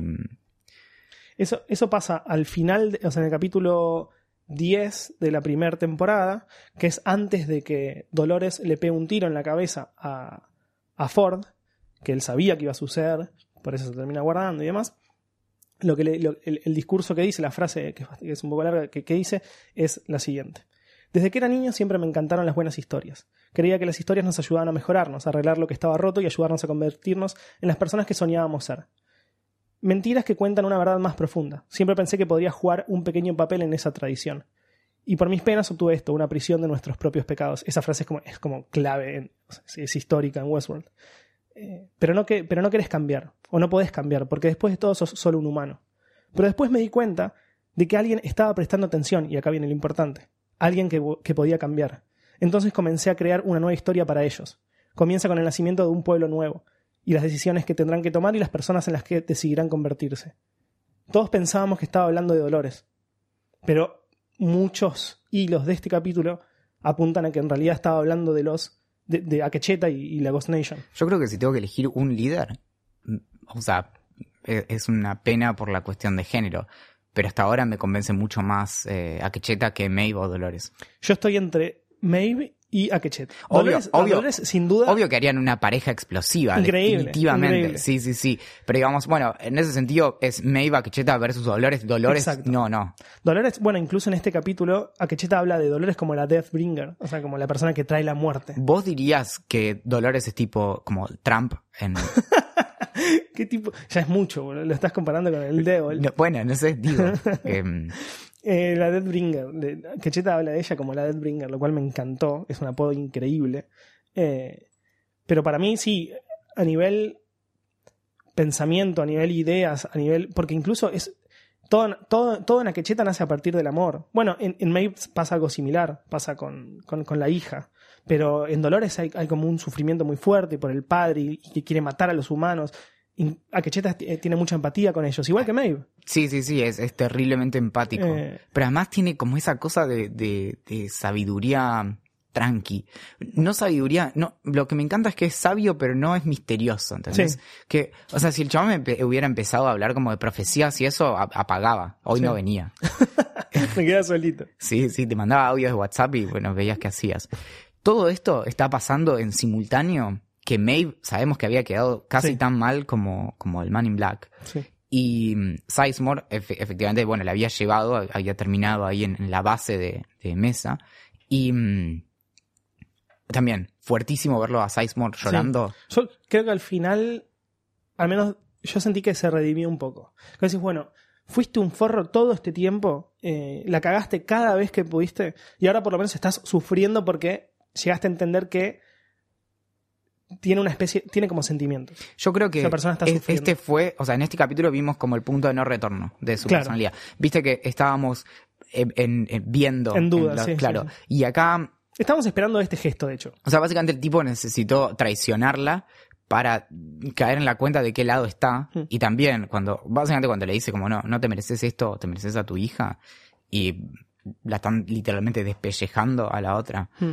Eso, eso pasa al final, de, o sea, en el capítulo diez de la primera temporada, que es antes de que Dolores le pegue un tiro en la cabeza a, a Ford, que él sabía que iba a suceder, por eso se termina guardando y demás. Lo que le, lo, el, el discurso que dice, la frase que es un poco larga, que, que dice, es la siguiente. Desde que era niño siempre me encantaron las buenas historias. Creía que las historias nos ayudaban a mejorarnos, a arreglar lo que estaba roto y ayudarnos a convertirnos en las personas que soñábamos ser. Mentiras que cuentan una verdad más profunda. Siempre pensé que podría jugar un pequeño papel en esa tradición. Y por mis penas obtuve esto, una prisión de nuestros propios pecados. Esa frase es como, es como clave, en, o sea, es histórica en Westworld. Eh, pero, no que, pero no querés cambiar, o no podés cambiar, porque después de todo sos solo un humano. Pero después me di cuenta de que alguien estaba prestando atención, y acá viene lo importante. Alguien que, que podía cambiar. Entonces comencé a crear una nueva historia para ellos. Comienza con el nacimiento de un pueblo nuevo, y las decisiones que tendrán que tomar y las personas en las que decidirán convertirse. Todos pensábamos que estaba hablando de Dolores, pero muchos hilos de este capítulo apuntan a que en realidad estaba hablando de los de, de Akecheta y, y la Ghost Nation. Yo creo que si tengo que elegir un líder, o sea, es una pena por la cuestión de género, pero hasta ahora me convence mucho más eh, Akecheta que Maeve o Dolores. Yo estoy entre Maeve y Akecheta. Obvio, Dolores, obvio, Dolores, sin duda. Obvio que harían una pareja explosiva, Increíble, definitivamente. increíble. Sí, sí, sí. Pero digamos, bueno, en ese sentido es Maeve, Akecheta versus Dolores. Dolores, Exacto. no, no. Dolores, bueno, incluso en este capítulo, Akecheta habla de Dolores como la Deathbringer, o sea, como la persona que trae la muerte. ¿Vos dirías que Dolores es tipo como Trump en... ¿Qué tipo? Ya es mucho, boludo. Lo estás comparando con el Devil. No, bueno, no sé, digo... eh, Eh, la Deathbringer. Akecheta habla de ella como la Deathbringer, lo cual me encantó. Es un apodo increíble. Eh, pero para mí sí, a nivel pensamiento, a nivel ideas, a nivel... Porque incluso es... Todo, todo, todo en Akecheta nace a partir del amor. Bueno, en, en Maeve pasa algo similar. Pasa con, con, con la hija. Pero en Dolores hay, hay como un sufrimiento muy fuerte por el padre y, y que quiere matar a los humanos. Akecheta tiene mucha empatía con ellos, igual que Maeve. Sí, sí, sí, es, es terriblemente empático. Eh, Pero además tiene como esa cosa de, de, de sabiduría tranqui. No sabiduría, no, lo que me encanta es que es sabio, pero no es misterioso, ¿entendés? Sí. Que, o sea, si el chabón me empe- hubiera empezado a hablar como de profecías y eso, a- apagaba. Hoy Sí. no venía. Me queda solito. Sí, sí, te mandaba audios de WhatsApp y bueno, veías qué hacías. Todo esto está pasando en simultáneo, que Maeve sabemos que había quedado casi Sí. tan mal como, como el Man in Black. Sí. Y mm, Sizemore, efe- efectivamente, bueno, le había llevado, había terminado ahí en, en la base de, de mesa. Y mm, también, fuertísimo verlo a Sizemore llorando. Sí. Yo creo que al final, al menos yo sentí que se redimió un poco. Que decís, bueno, fuiste un forro todo este tiempo, eh, la cagaste cada vez que pudiste, y ahora por lo menos estás sufriendo porque llegaste a entender que tiene una especie, tiene como sentimientos. Yo creo que Esa persona está es- sufriendo. este fue, o sea, en este capítulo vimos como el punto de no retorno de su Claro. personalidad. Viste que estábamos en, en- en- viendo. En duda, los- sí, Claro. sí, Y acá, Estamos esperando este gesto, de hecho. o sea, básicamente el tipo necesitó traicionarla para caer en la cuenta de qué lado está. Mm. Y también, cuando básicamente cuando le dice como no, no te mereces esto, te mereces a tu hija. Y la están literalmente despellejando a la otra. Mm.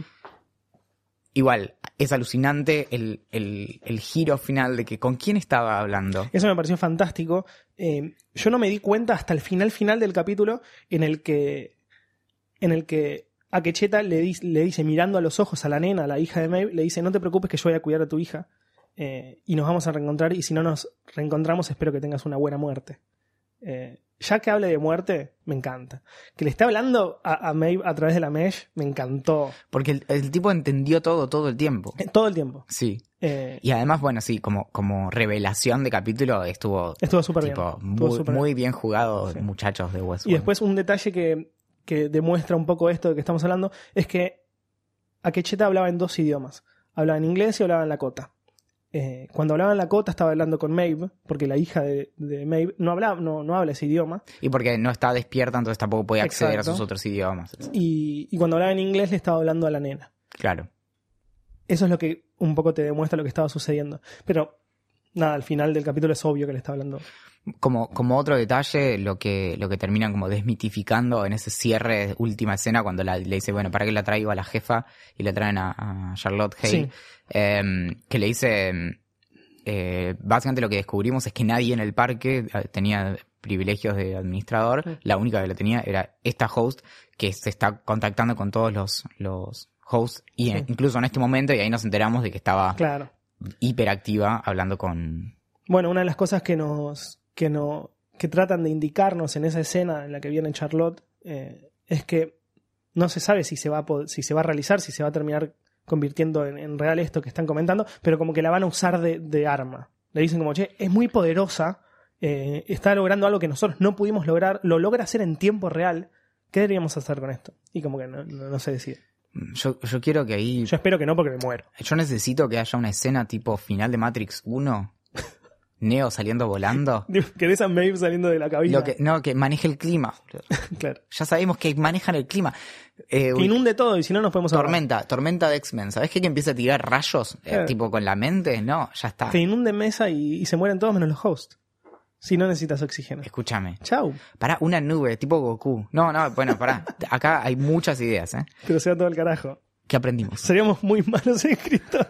Igual, es alucinante el, el, el giro final de que con quién estaba hablando. Eso me pareció fantástico. Eh, yo no me di cuenta hasta el final final del capítulo en el que en el que Akecheta le, di- le dice, mirando a los ojos a la nena, a la hija de Maeve, le dice, no te preocupes que yo voy a cuidar a tu hija eh, y nos vamos a reencontrar, y si no nos reencontramos espero que tengas una buena muerte. Eh, ya que hable de muerte, me encanta. Que le esté hablando a, a Maeve a través de la mesh, me encantó. Porque el, el tipo entendió todo, todo el tiempo. Eh, Todo el tiempo. Sí. Eh, Y además, bueno, sí, como, como revelación de capítulo estuvo, Estuvo súper bien. tipo, Estuvo muy, súper muy bien jugado, Sí. muchachos de Westworld. Y después un detalle que, que demuestra un poco esto de que estamos hablando es que Akecheta hablaba en dos idiomas. Hablaba en inglés y hablaba en Lakota. Eh, cuando hablaba en Lakota estaba hablando con Maeve, porque la hija de, de Maeve no, hablaba, no, no habla ese idioma. Y porque no está despierta, entonces tampoco puede acceder Exacto. a sus otros idiomas. Y, y cuando hablaba en inglés le estaba hablando a la nena. Claro. Eso es lo que un poco te demuestra lo que estaba sucediendo. Pero nada, al final del capítulo es obvio que le está hablando. Como, como otro detalle, lo que, lo que terminan como desmitificando en ese cierre, última escena, cuando la- le dice, bueno, ¿para qué la traigo a la jefa? Y le traen a, a Charlotte Hale. Sí. Eh, que le dice, eh, básicamente lo que descubrimos es que nadie en el parque eh, tenía privilegios de administrador. Sí. La única que lo tenía era esta host, que se está contactando con todos los, los hosts, y Sí. eh, incluso en este momento, y ahí nos enteramos de que estaba Claro. hiperactiva hablando con... Bueno, una de las cosas que nos que no que tratan de indicarnos en esa escena en la que viene Charlotte eh, es que no se sabe si se va a pod- si se va a realizar, si se va a terminar convirtiendo en, en real esto que están comentando, pero como que la van a usar de, de arma. Le dicen como, che, es muy poderosa, eh, está logrando algo que nosotros no pudimos lograr, lo logra hacer en tiempo real. ¿Qué deberíamos hacer con esto? Y como que no, no, no se decide. Yo, yo quiero que ahí... Yo espero que no, porque me muero. Yo necesito que haya una escena tipo final de Matrix uno, Neo saliendo volando. ¿Querés a Maeve saliendo de la cabina? Lo que, no, que maneje el clima. Claro. Ya sabemos que manejan el clima. Eh, Que inunde todo y si no nos podemos ahorrar. tormenta, tormenta de X-Men. ¿Sabés que, que empieza a tirar rayos? Eh, Eh. tipo con la mente. No, ya está. Que inunde mesa y, y se mueren todos menos los hosts. si no necesitas oxígeno? Escúchame. Chau. Pará, una nube, tipo Goku. No, no, bueno, pará. Acá hay muchas ideas, ¿eh? Pero se va todo el carajo. ¿Qué aprendimos? Seríamos muy malos escritores.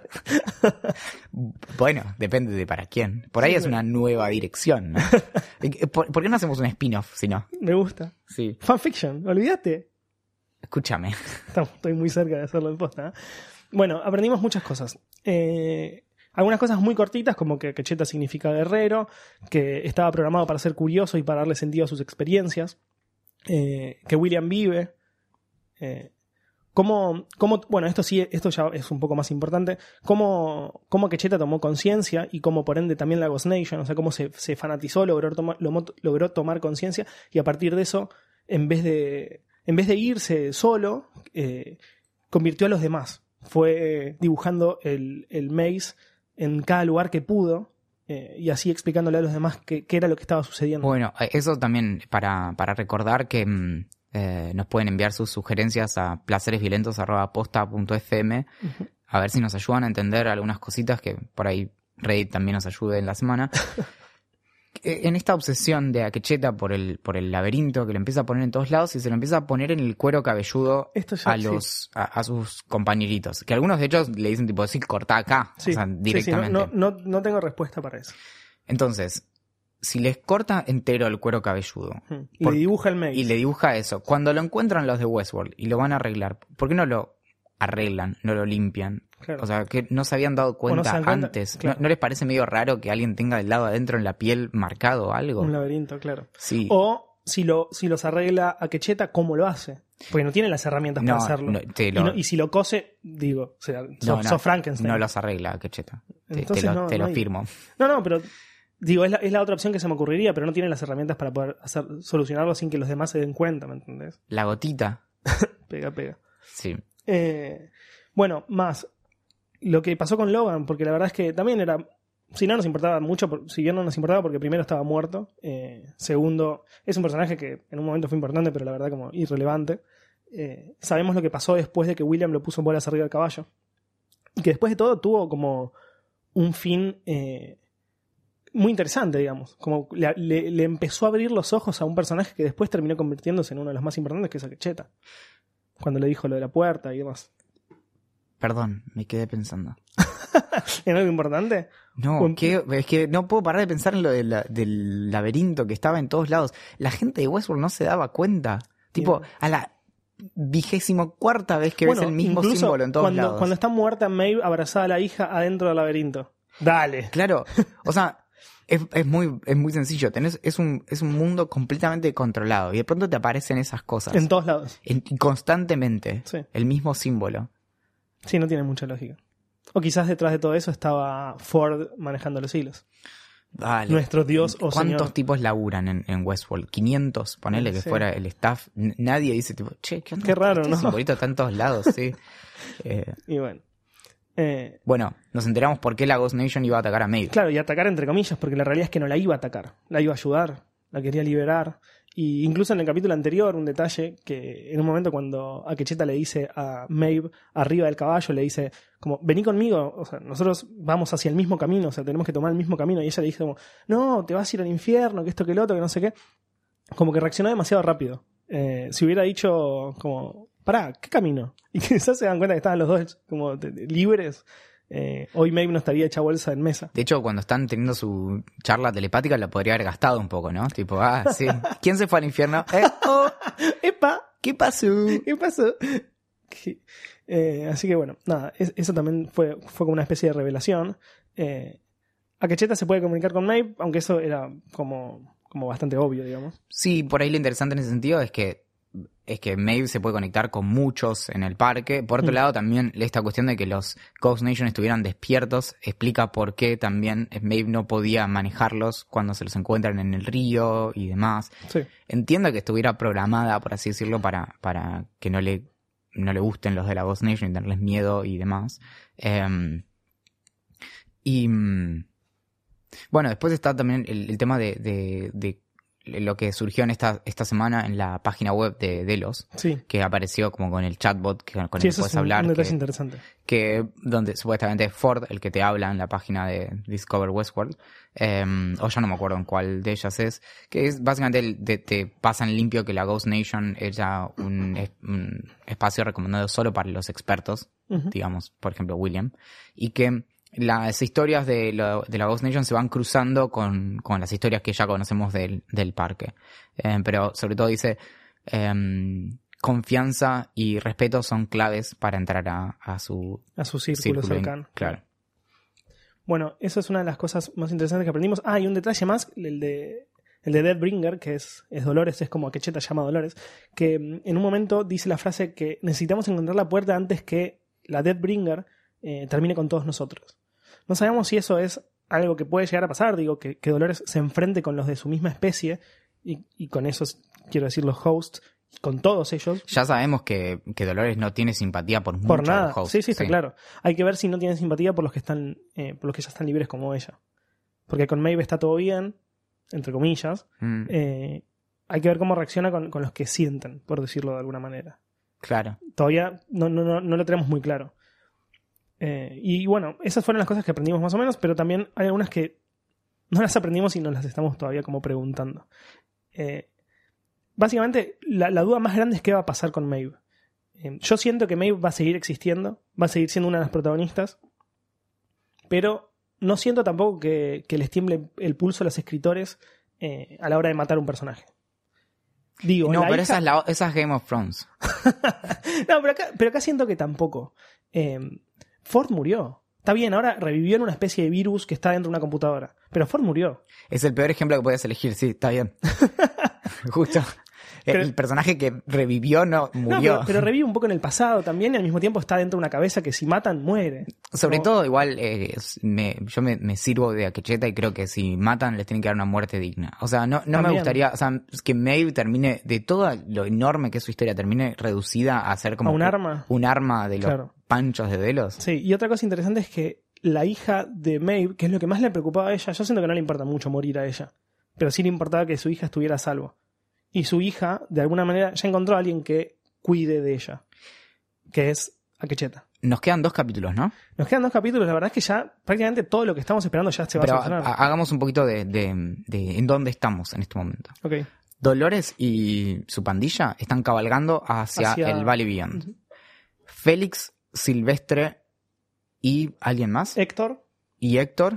Bueno, depende de para quién. Por ahí sí, es una nueva dirección, ¿no? ¿Por, ¿Por qué no hacemos un spin-off, si no? Me gusta. Sí. Fanfiction, olvídate. Escúchame. Estamos, estoy muy cerca de hacerlo en posta, ¿eh? Bueno, aprendimos muchas cosas. Eh, algunas cosas muy cortitas, como que Quecheta significa guerrero, que estaba programado para ser curioso y para darle sentido a sus experiencias, eh, que William vive. Eh, cómo, cómo, bueno, esto sí, esto ya es un poco más importante. Cómo, cómo Quecheta tomó conciencia y cómo por ende también la Ghost Nation, o sea, cómo se, se fanatizó, logró, toma, lo, logró tomar conciencia y a partir de eso, en vez de, en vez de irse solo, eh, convirtió a los demás. Fue dibujando el, el maze en cada lugar que pudo eh, y así explicándole a los demás qué, qué era lo que estaba sucediendo. Bueno, eso también para, para recordar que eh, nos pueden enviar sus sugerencias a placeresviolentos arroba posta punto f m uh-huh. A ver si nos ayudan a entender algunas cositas que por ahí Reddit también nos ayude en la semana. En esta obsesión de Quecheta por el, por el laberinto que lo empieza a poner en todos lados y se lo empieza a poner en el cuero cabelludo ya, a los sí. a, a sus compañeritos. Que algunos de ellos le dicen tipo, sí, corta acá, sí, o sea, directamente. Sí, sí, no, no, no tengo respuesta para eso. Entonces, si les corta entero el cuero cabelludo hmm. y por, le dibuja el maze. Y le dibuja eso. Cuando lo encuentran los de Westworld y lo van a arreglar, ¿por qué no lo arreglan, no lo limpian? Claro. O sea, que no se habían dado cuenta no antes. Cuenta, claro. ¿No, ¿No les parece medio raro que alguien tenga del lado adentro en la piel marcado o algo? Un laberinto, claro. Sí. O si lo si los arregla a Quecheta, ¿cómo lo hace? Porque no tiene las herramientas no, para hacerlo. No, te lo... y, no, y si lo cose, digo, o sea, no, sos no, so Frankenstein. No los arregla a Quecheta. Te, Entonces, te lo, no, te no lo hay... firmo. No, no, pero digo, es la, es la otra opción que se me ocurriría, pero no tiene las herramientas para poder hacer solucionarlo sin que los demás se den cuenta, ¿me entendés? La gotita. pega, pega. Sí. Eh, bueno, más lo que pasó con Logan, porque la verdad es que también era, si no nos importaba mucho, si bien no nos importaba porque primero estaba muerto, eh, segundo, es un personaje que en un momento fue importante, pero la verdad como irrelevante. Eh, sabemos lo que pasó después de que William lo puso en bolas arriba del caballo. Y que después de todo tuvo como un fin eh, muy interesante, digamos. Como le, le, le empezó a abrir los ojos a un personaje que después terminó convirtiéndose en uno de los más importantes, que es a Quecheta. Cuando le dijo lo de la puerta y demás. Perdón, me quedé pensando. ¿En algo importante? No, un... ¿qué? Es que no puedo parar de pensar en lo de la, del laberinto que estaba en todos lados. La gente de Westworld no se daba cuenta. Tipo, Bien. a la vigésimo cuarta vez que bueno, ves el mismo símbolo en todos cuando, lados. Cuando está muerta Maeve abrazada a la hija adentro del laberinto. Dale. Claro, o sea, es, es muy es muy sencillo. Tenés, es un es un mundo completamente controlado y de pronto te aparecen esas cosas. En todos lados. En, constantemente. Sí. El mismo símbolo. Sí, no tiene mucha lógica. O quizás detrás de todo eso estaba Ford manejando los hilos. Vale. Nuestro dios o ¿Cuántos señor? tipos laburan en, en Westworld? quinientos, ponele que sí. fuera el staff. N- nadie dice tipo, che, ¿qué onda? Qué raro, este ¿no? simbolito está en todos lados, sí. eh, y bueno. Eh, bueno, nos enteramos por qué la Ghost Nation iba a atacar a Maeve. Claro, y atacar entre comillas, porque la realidad es que no la iba a atacar. La iba a ayudar, la quería liberar. Y incluso en el capítulo anterior, un detalle que en un momento cuando a Quecheta le dice a Maeve arriba del caballo, le dice como, vení conmigo, o sea, nosotros vamos hacia el mismo camino, o sea, tenemos que tomar el mismo camino. Y ella le dice como, no, te vas a ir al infierno, que esto, que lo otro, que no sé qué. Como que reaccionó demasiado rápido. Eh, si hubiera dicho como, pará, ¿qué camino? Y quizás se dan cuenta que estaban los dos como de, de, libres. Eh, hoy Maeve no estaría hecha bolsa en mesa. De hecho, cuando están teniendo su charla telepática la podría haber gastado un poco, ¿no? Tipo, ah, sí. ¿Quién se fue al infierno? Eh, oh, ¡Epa! ¿Qué pasó? ¿Qué pasó? Eh, así que bueno, nada, es, eso también fue, fue como una especie de revelación. Eh, a Quecheta se puede comunicar con Maeve, aunque eso era como, como bastante obvio, digamos. Sí, por ahí lo interesante en ese sentido es que es que Maeve se puede conectar con muchos en el parque. Por otro mm. lado, también esta cuestión de que los Ghost Nation estuvieran despiertos explica por qué también Maeve no podía manejarlos cuando se los encuentran en el río y demás. Sí. Entiendo que estuviera programada, por así decirlo, para, para que no le, no le gusten los de la Ghost Nation y tenerles miedo y demás. Eh, y bueno, después está también el, el tema de, de, de lo que surgió en esta, esta semana en la página web de Delos, Sí. que apareció como con el chatbot que, con Sí, el que eso puedes es un, hablar. un detalle que, interesante. que donde supuestamente es Ford el que te habla en la página de Discover Westworld, eh, o ya no me acuerdo en cuál de ellas es, que es básicamente el de, te pasan limpio que la Ghost Nation es ya un, es, un espacio recomendado solo para los expertos, Uh-huh. digamos, por ejemplo William, y que las historias de, lo, de la Ghost Nation se van cruzando con, con las historias que ya conocemos del, del parque. Eh, pero sobre todo dice, eh, confianza y respeto son claves para entrar a, a su, A su círculo, círculo in- cercano. Claro. Bueno, eso es una de las cosas más interesantes que aprendimos. Ah, y un detalle más, el de el de Deathbringer, que es, es Dolores, es como Akecheta llama Dolores, que mm, en un momento dice la frase que necesitamos encontrar la puerta antes que la Deathbringer eh, termine con todos nosotros. No sabemos si eso es algo que puede llegar a pasar, digo, que, que Dolores se enfrente con los de su misma especie, y, y con esos, quiero decir, los hosts, con todos ellos. Ya sabemos que, que Dolores no tiene simpatía por, Por muchos nada. de los hosts. Sí, sí, está claro. Hay que ver si no tienen simpatía por los que están, eh, por los que ya están libres como ella. Porque con Maeve está todo bien, entre comillas. Mm, Eh, hay que ver cómo reacciona con, con los que sienten, por decirlo de alguna manera. claro. Todavía no, no, no, no lo tenemos muy claro. Eh, y bueno, esas fueron las cosas que aprendimos más o menos, pero también hay algunas que no las aprendimos y nos las estamos todavía como preguntando. Eh, básicamente, la, la duda más grande es qué va a pasar con Maeve. Eh, yo siento que Maeve va a seguir existiendo, va a seguir siendo una de las protagonistas, pero no siento tampoco que, que les tiemble el pulso a los escritores eh, a la hora de matar un personaje. Digo, No, la pero hija- esa, es la, esa es Game of Thrones. No, pero acá, pero acá siento que tampoco. Eh, Ford murió. Está bien, ahora revivió en una especie de virus que está dentro de una computadora. Pero Ford murió. Es el peor ejemplo que puedes elegir, sí, está bien. Justo. Pero- el personaje que revivió no No, murió. pero, pero revive un poco en el pasado también y al mismo tiempo está dentro de una cabeza que si matan, muere. Sobre Como- todo, igual, eh, es- me, yo me, me sirvo de Akecheta y creo que si matan les tienen que dar una muerte digna. O sea, no, no me También. gustaría, o sea, que Maeve termine, de todo lo enorme que es su historia, termine reducida a ser como ¿A un que- arma? un arma de los Claro. panchos de Delos. Sí, y otra cosa interesante es que la hija de Maeve, que es lo que más le preocupaba a ella, yo siento que no le importa mucho morir a ella, pero sí le importaba que su hija estuviera a salvo. Y su hija, de alguna manera, ya encontró a alguien que cuide de ella, que es Akecheta. Nos quedan dos capítulos, ¿no? Nos quedan dos capítulos, la verdad es que ya prácticamente todo lo que estamos esperando ya se va Pero a solucionar. ha- hagamos un poquito de, de, de en dónde estamos en este momento. Ok. Dolores y su pandilla están cabalgando hacia, Hacia- el Valley Beyond. Félix, Silvestre y alguien más. Héctor Y Héctor.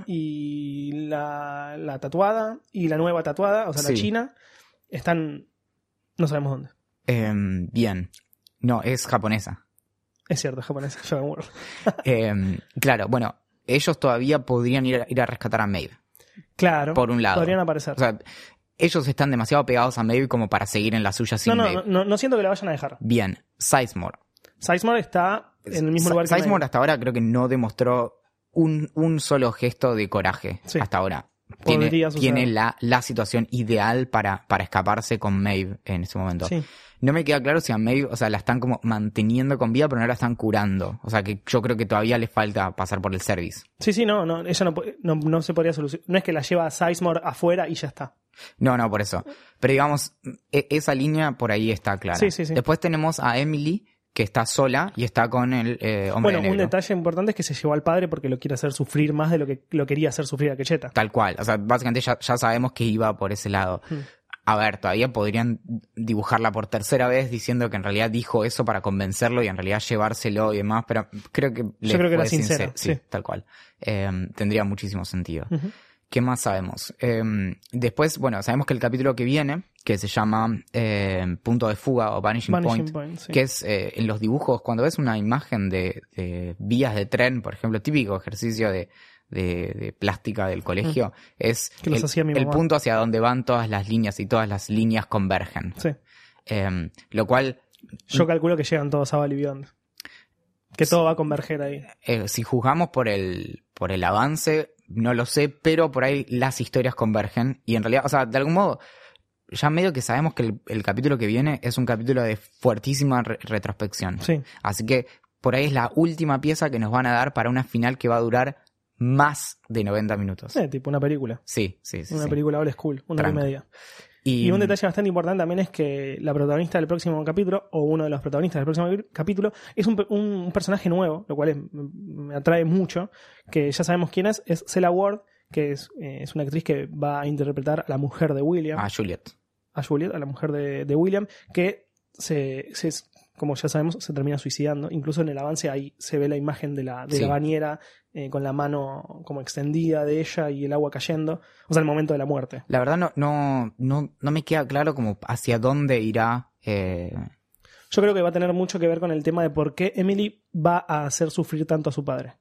y la, la tatuada y la nueva tatuada, o sea, la Sí. china, están... no sabemos dónde. Em, bien. No, es japonesa. Es cierto, es japonesa, yo me muero. Em, claro, bueno, ellos todavía podrían ir a, ir a rescatar a Maeve. Claro, Por un lado. podrían aparecer. O sea, ellos están demasiado pegados a Maeve como para seguir en la suya sin no, no, Maeve. no, no, no siento que la vayan a dejar. Bien. Sizemore. Sizemore está en el mismo Sa- lugar que Sizemore Maeve. hasta ahora creo que no demostró un, un solo gesto de coraje. Sí. Hasta ahora. Tiene, Podría suceder. tiene la, la situación ideal para, para escaparse con Maeve en ese momento. Sí. No me queda claro si a Maeve, o sea, la están como manteniendo con vida, pero no la están curando. O sea, que yo creo que todavía le falta pasar por el service. Sí, sí, no, no, ella no, puede- no, no se podría solucionar. No es que la lleva a Sizemore afuera y ya está. No, no, por eso. Pero digamos, e- esa línea por ahí está clara. Sí, sí, sí. Después tenemos a Emily, que está sola y está con el eh, hombre Bueno, un negro. detalle importante es que se llevó al padre porque lo quiere hacer sufrir más de lo que lo quería hacer sufrir a Quecheta. Tal cual. O sea, básicamente ya, ya sabemos que iba por ese lado. Hmm. A ver, todavía podrían dibujarla por tercera vez diciendo que en realidad dijo eso para convencerlo y en realidad llevárselo y demás, pero creo que Yo creo que era fue sincero, Sí, sí. tal cual. Eh, tendría muchísimo sentido. Ujú. ¿Qué más sabemos? Eh, después, bueno, sabemos que el capítulo que viene, que se llama eh, Punto de Fuga o Vanishing, Vanishing Point, Point, sí. que es eh, en los dibujos, cuando ves una imagen de, de vías de tren, por ejemplo, típico ejercicio de, de, de plástica del colegio, es Que los el, hacía mi el mamá. punto hacia donde van todas las líneas y todas las líneas convergen. Sí. Eh, lo cual, Yo calculo que llegan todos a Valley Beyond. Que todo va a converger ahí. eh, si juzgamos por el, por el avance, no lo sé, pero por ahí las historias convergen y en realidad, o sea, de algún modo, ya medio que sabemos que el, el capítulo que viene es un capítulo de fuertísima re- retrospección. Sí. Así que por ahí es la última pieza que nos van a dar para una final que va a durar más de noventa minutos. Eh, tipo una película. Sí, sí, sí. Una sí. película old school, una hora y media. Y, y un detalle bastante importante también es que la protagonista del próximo capítulo, o uno de los protagonistas del próximo capítulo, es un, un personaje nuevo, lo cual es, me atrae mucho, que ya sabemos quién es, es Cela Ward, que es, eh, es una actriz que va a interpretar a la mujer de William. A Juliet. A Juliet, a la mujer de, de William, que se, se, como ya sabemos, se termina suicidando. Incluso en el avance ahí se ve la imagen de la, de Sí. la bañera eh, con la mano como extendida de ella y el agua cayendo. O sea, el momento de la muerte. La verdad no, no, no, no me queda claro como hacia dónde irá. Eh... Yo creo que va a tener mucho que ver con el tema de por qué Emily va a hacer sufrir tanto a su padre.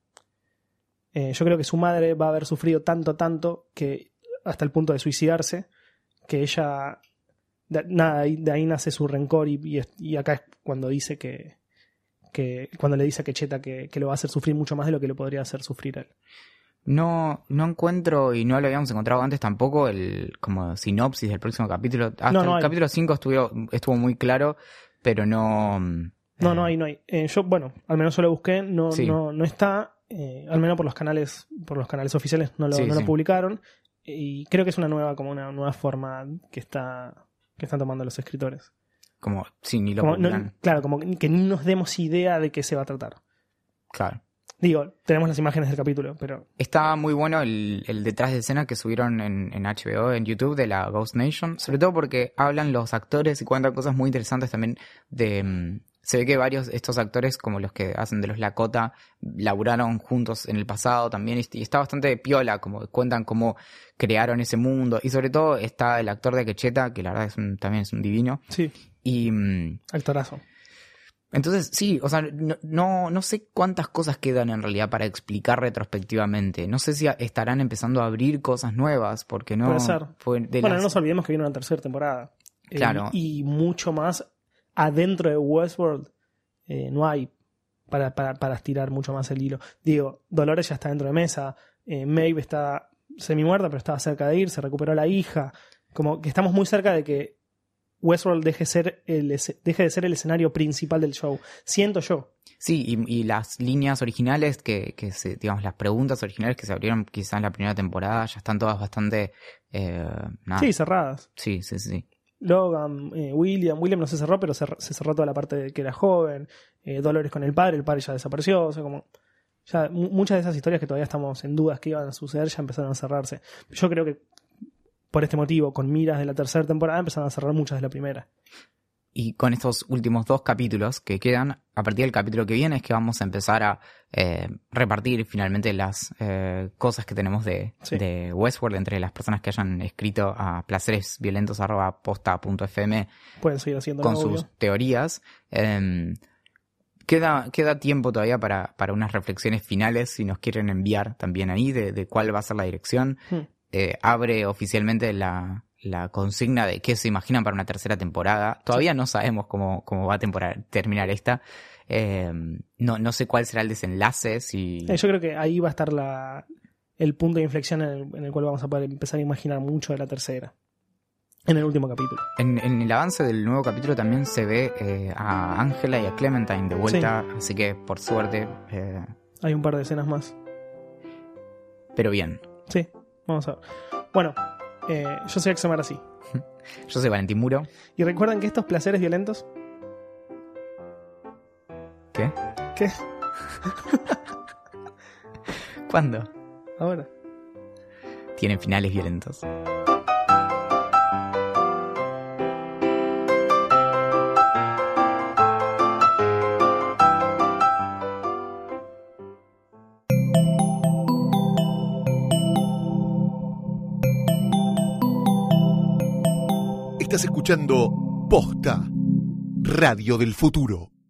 Eh, yo creo que su madre va a haber sufrido tanto, tanto, que hasta el punto de suicidarse, que ella... De, nada, ahí- de ahí nace su rencor y, y, y acá es cuando dice que, que cuando le dice a Quecheta que, que lo va a hacer sufrir mucho más de lo que lo podría hacer sufrir él. No, no encuentro, y no lo habíamos encontrado antes tampoco, el como sinopsis del próximo capítulo. Hasta No, no el hay. capítulo cinco estuvo, estuvo muy claro, pero no... No, eh, no hay, no hay. Eh, yo, bueno, al menos yo lo busqué, no, Sí. no, no está, eh, al menos por los canales, por los canales oficiales no lo, Sí, no sí. lo publicaron. Y creo que es una nueva, como una nueva forma que está, que están tomando los escritores. Como, sí, ni lo Como, no- publican. claro, como que ni nos demos idea de qué se va a tratar. Claro. Digo, tenemos las imágenes del capítulo, pero Está muy bueno el, el detrás de escena que subieron en, en H B O, en YouTube, de la Ghost Nation. Sobre todo porque hablan los actores y cuentan cosas muy interesantes también de... mm, se ve que varios de estos actores, como los que hacen de los Lakota, laburaron juntos en el pasado también. Y, y está bastante piola, como cuentan cómo crearon ese mundo. Y sobre todo está el actor de Quecheta, que la verdad es un, también es un divino. sí, Y... mm, actorazo. entonces, sí, o sea, no, no, no sé cuántas cosas quedan en realidad para explicar retrospectivamente. No sé si a- estarán empezando a abrir cosas nuevas, porque no... Puede ser. fue de Bueno, las- no nos olvidemos que viene una tercera temporada. Eh, Claro. y mucho más adentro de Westworld eh, no hay para, para, para estirar mucho más el hilo. Digo, Dolores ya está dentro de mesa, eh, Maeve está semi muerta, pero estaba cerca de ir, se recuperó la hija. Como que estamos muy cerca de que Westworld deje, ser el, ese- deje de ser el escenario principal del show. Siento yo. Sí, y, y las líneas originales, que, que se, digamos, las preguntas originales que se abrieron quizás en la primera temporada, ya están todas bastante... Eh, nada. Sí, cerradas. sí, sí, sí. Logan, eh, William, William no se cerró, pero se, se cerró toda la parte de que era joven, eh, Dolores con el padre, el padre ya desapareció, o sea, como ya mu- muchas de esas historias que todavía estamos en dudas que iban a suceder ya empezaron a cerrarse. Yo creo que por este motivo, con miras de la tercera temporada, empezaron a cerrar muchas de la primera. Y con estos últimos dos capítulos que quedan, a partir del capítulo que viene es que vamos a empezar a eh, repartir finalmente las eh, cosas que tenemos de, Sí. de Westworld entre las personas que hayan escrito a placeresviolentos arroba posta punto f m Pueden seguir haciendo con sus teorías. Eh, queda, queda tiempo todavía para, para unas reflexiones finales si nos quieren enviar también ahí de, de cuál va a ser la dirección. Hmm. Eh, abre oficialmente la, la consigna de qué se imaginan para una tercera temporada. Todavía no sabemos cómo, cómo va a temporar- terminar esta. Eh, no, no sé cuál será el desenlace. Si... Eh, yo creo que ahí va a estar la, el punto de inflexión en el, en el cual vamos a poder empezar a imaginar mucho de la tercera. En el último capítulo. En, en el avance del nuevo capítulo también se ve eh, a Angela y a Clementine de vuelta. Así que por suerte. Eh, Hay un par de escenas más. pero bien. Sí, vamos a ver. Bueno, eh, yo soy Axel Marasí. Yo soy Valentín Muro. Y recuerden que estos placeres violentos... ¿Qué? ¿Qué? ¿Cuándo? Ahora. Tienen finales violentos. Estás escuchando Posta, Radio del Futuro.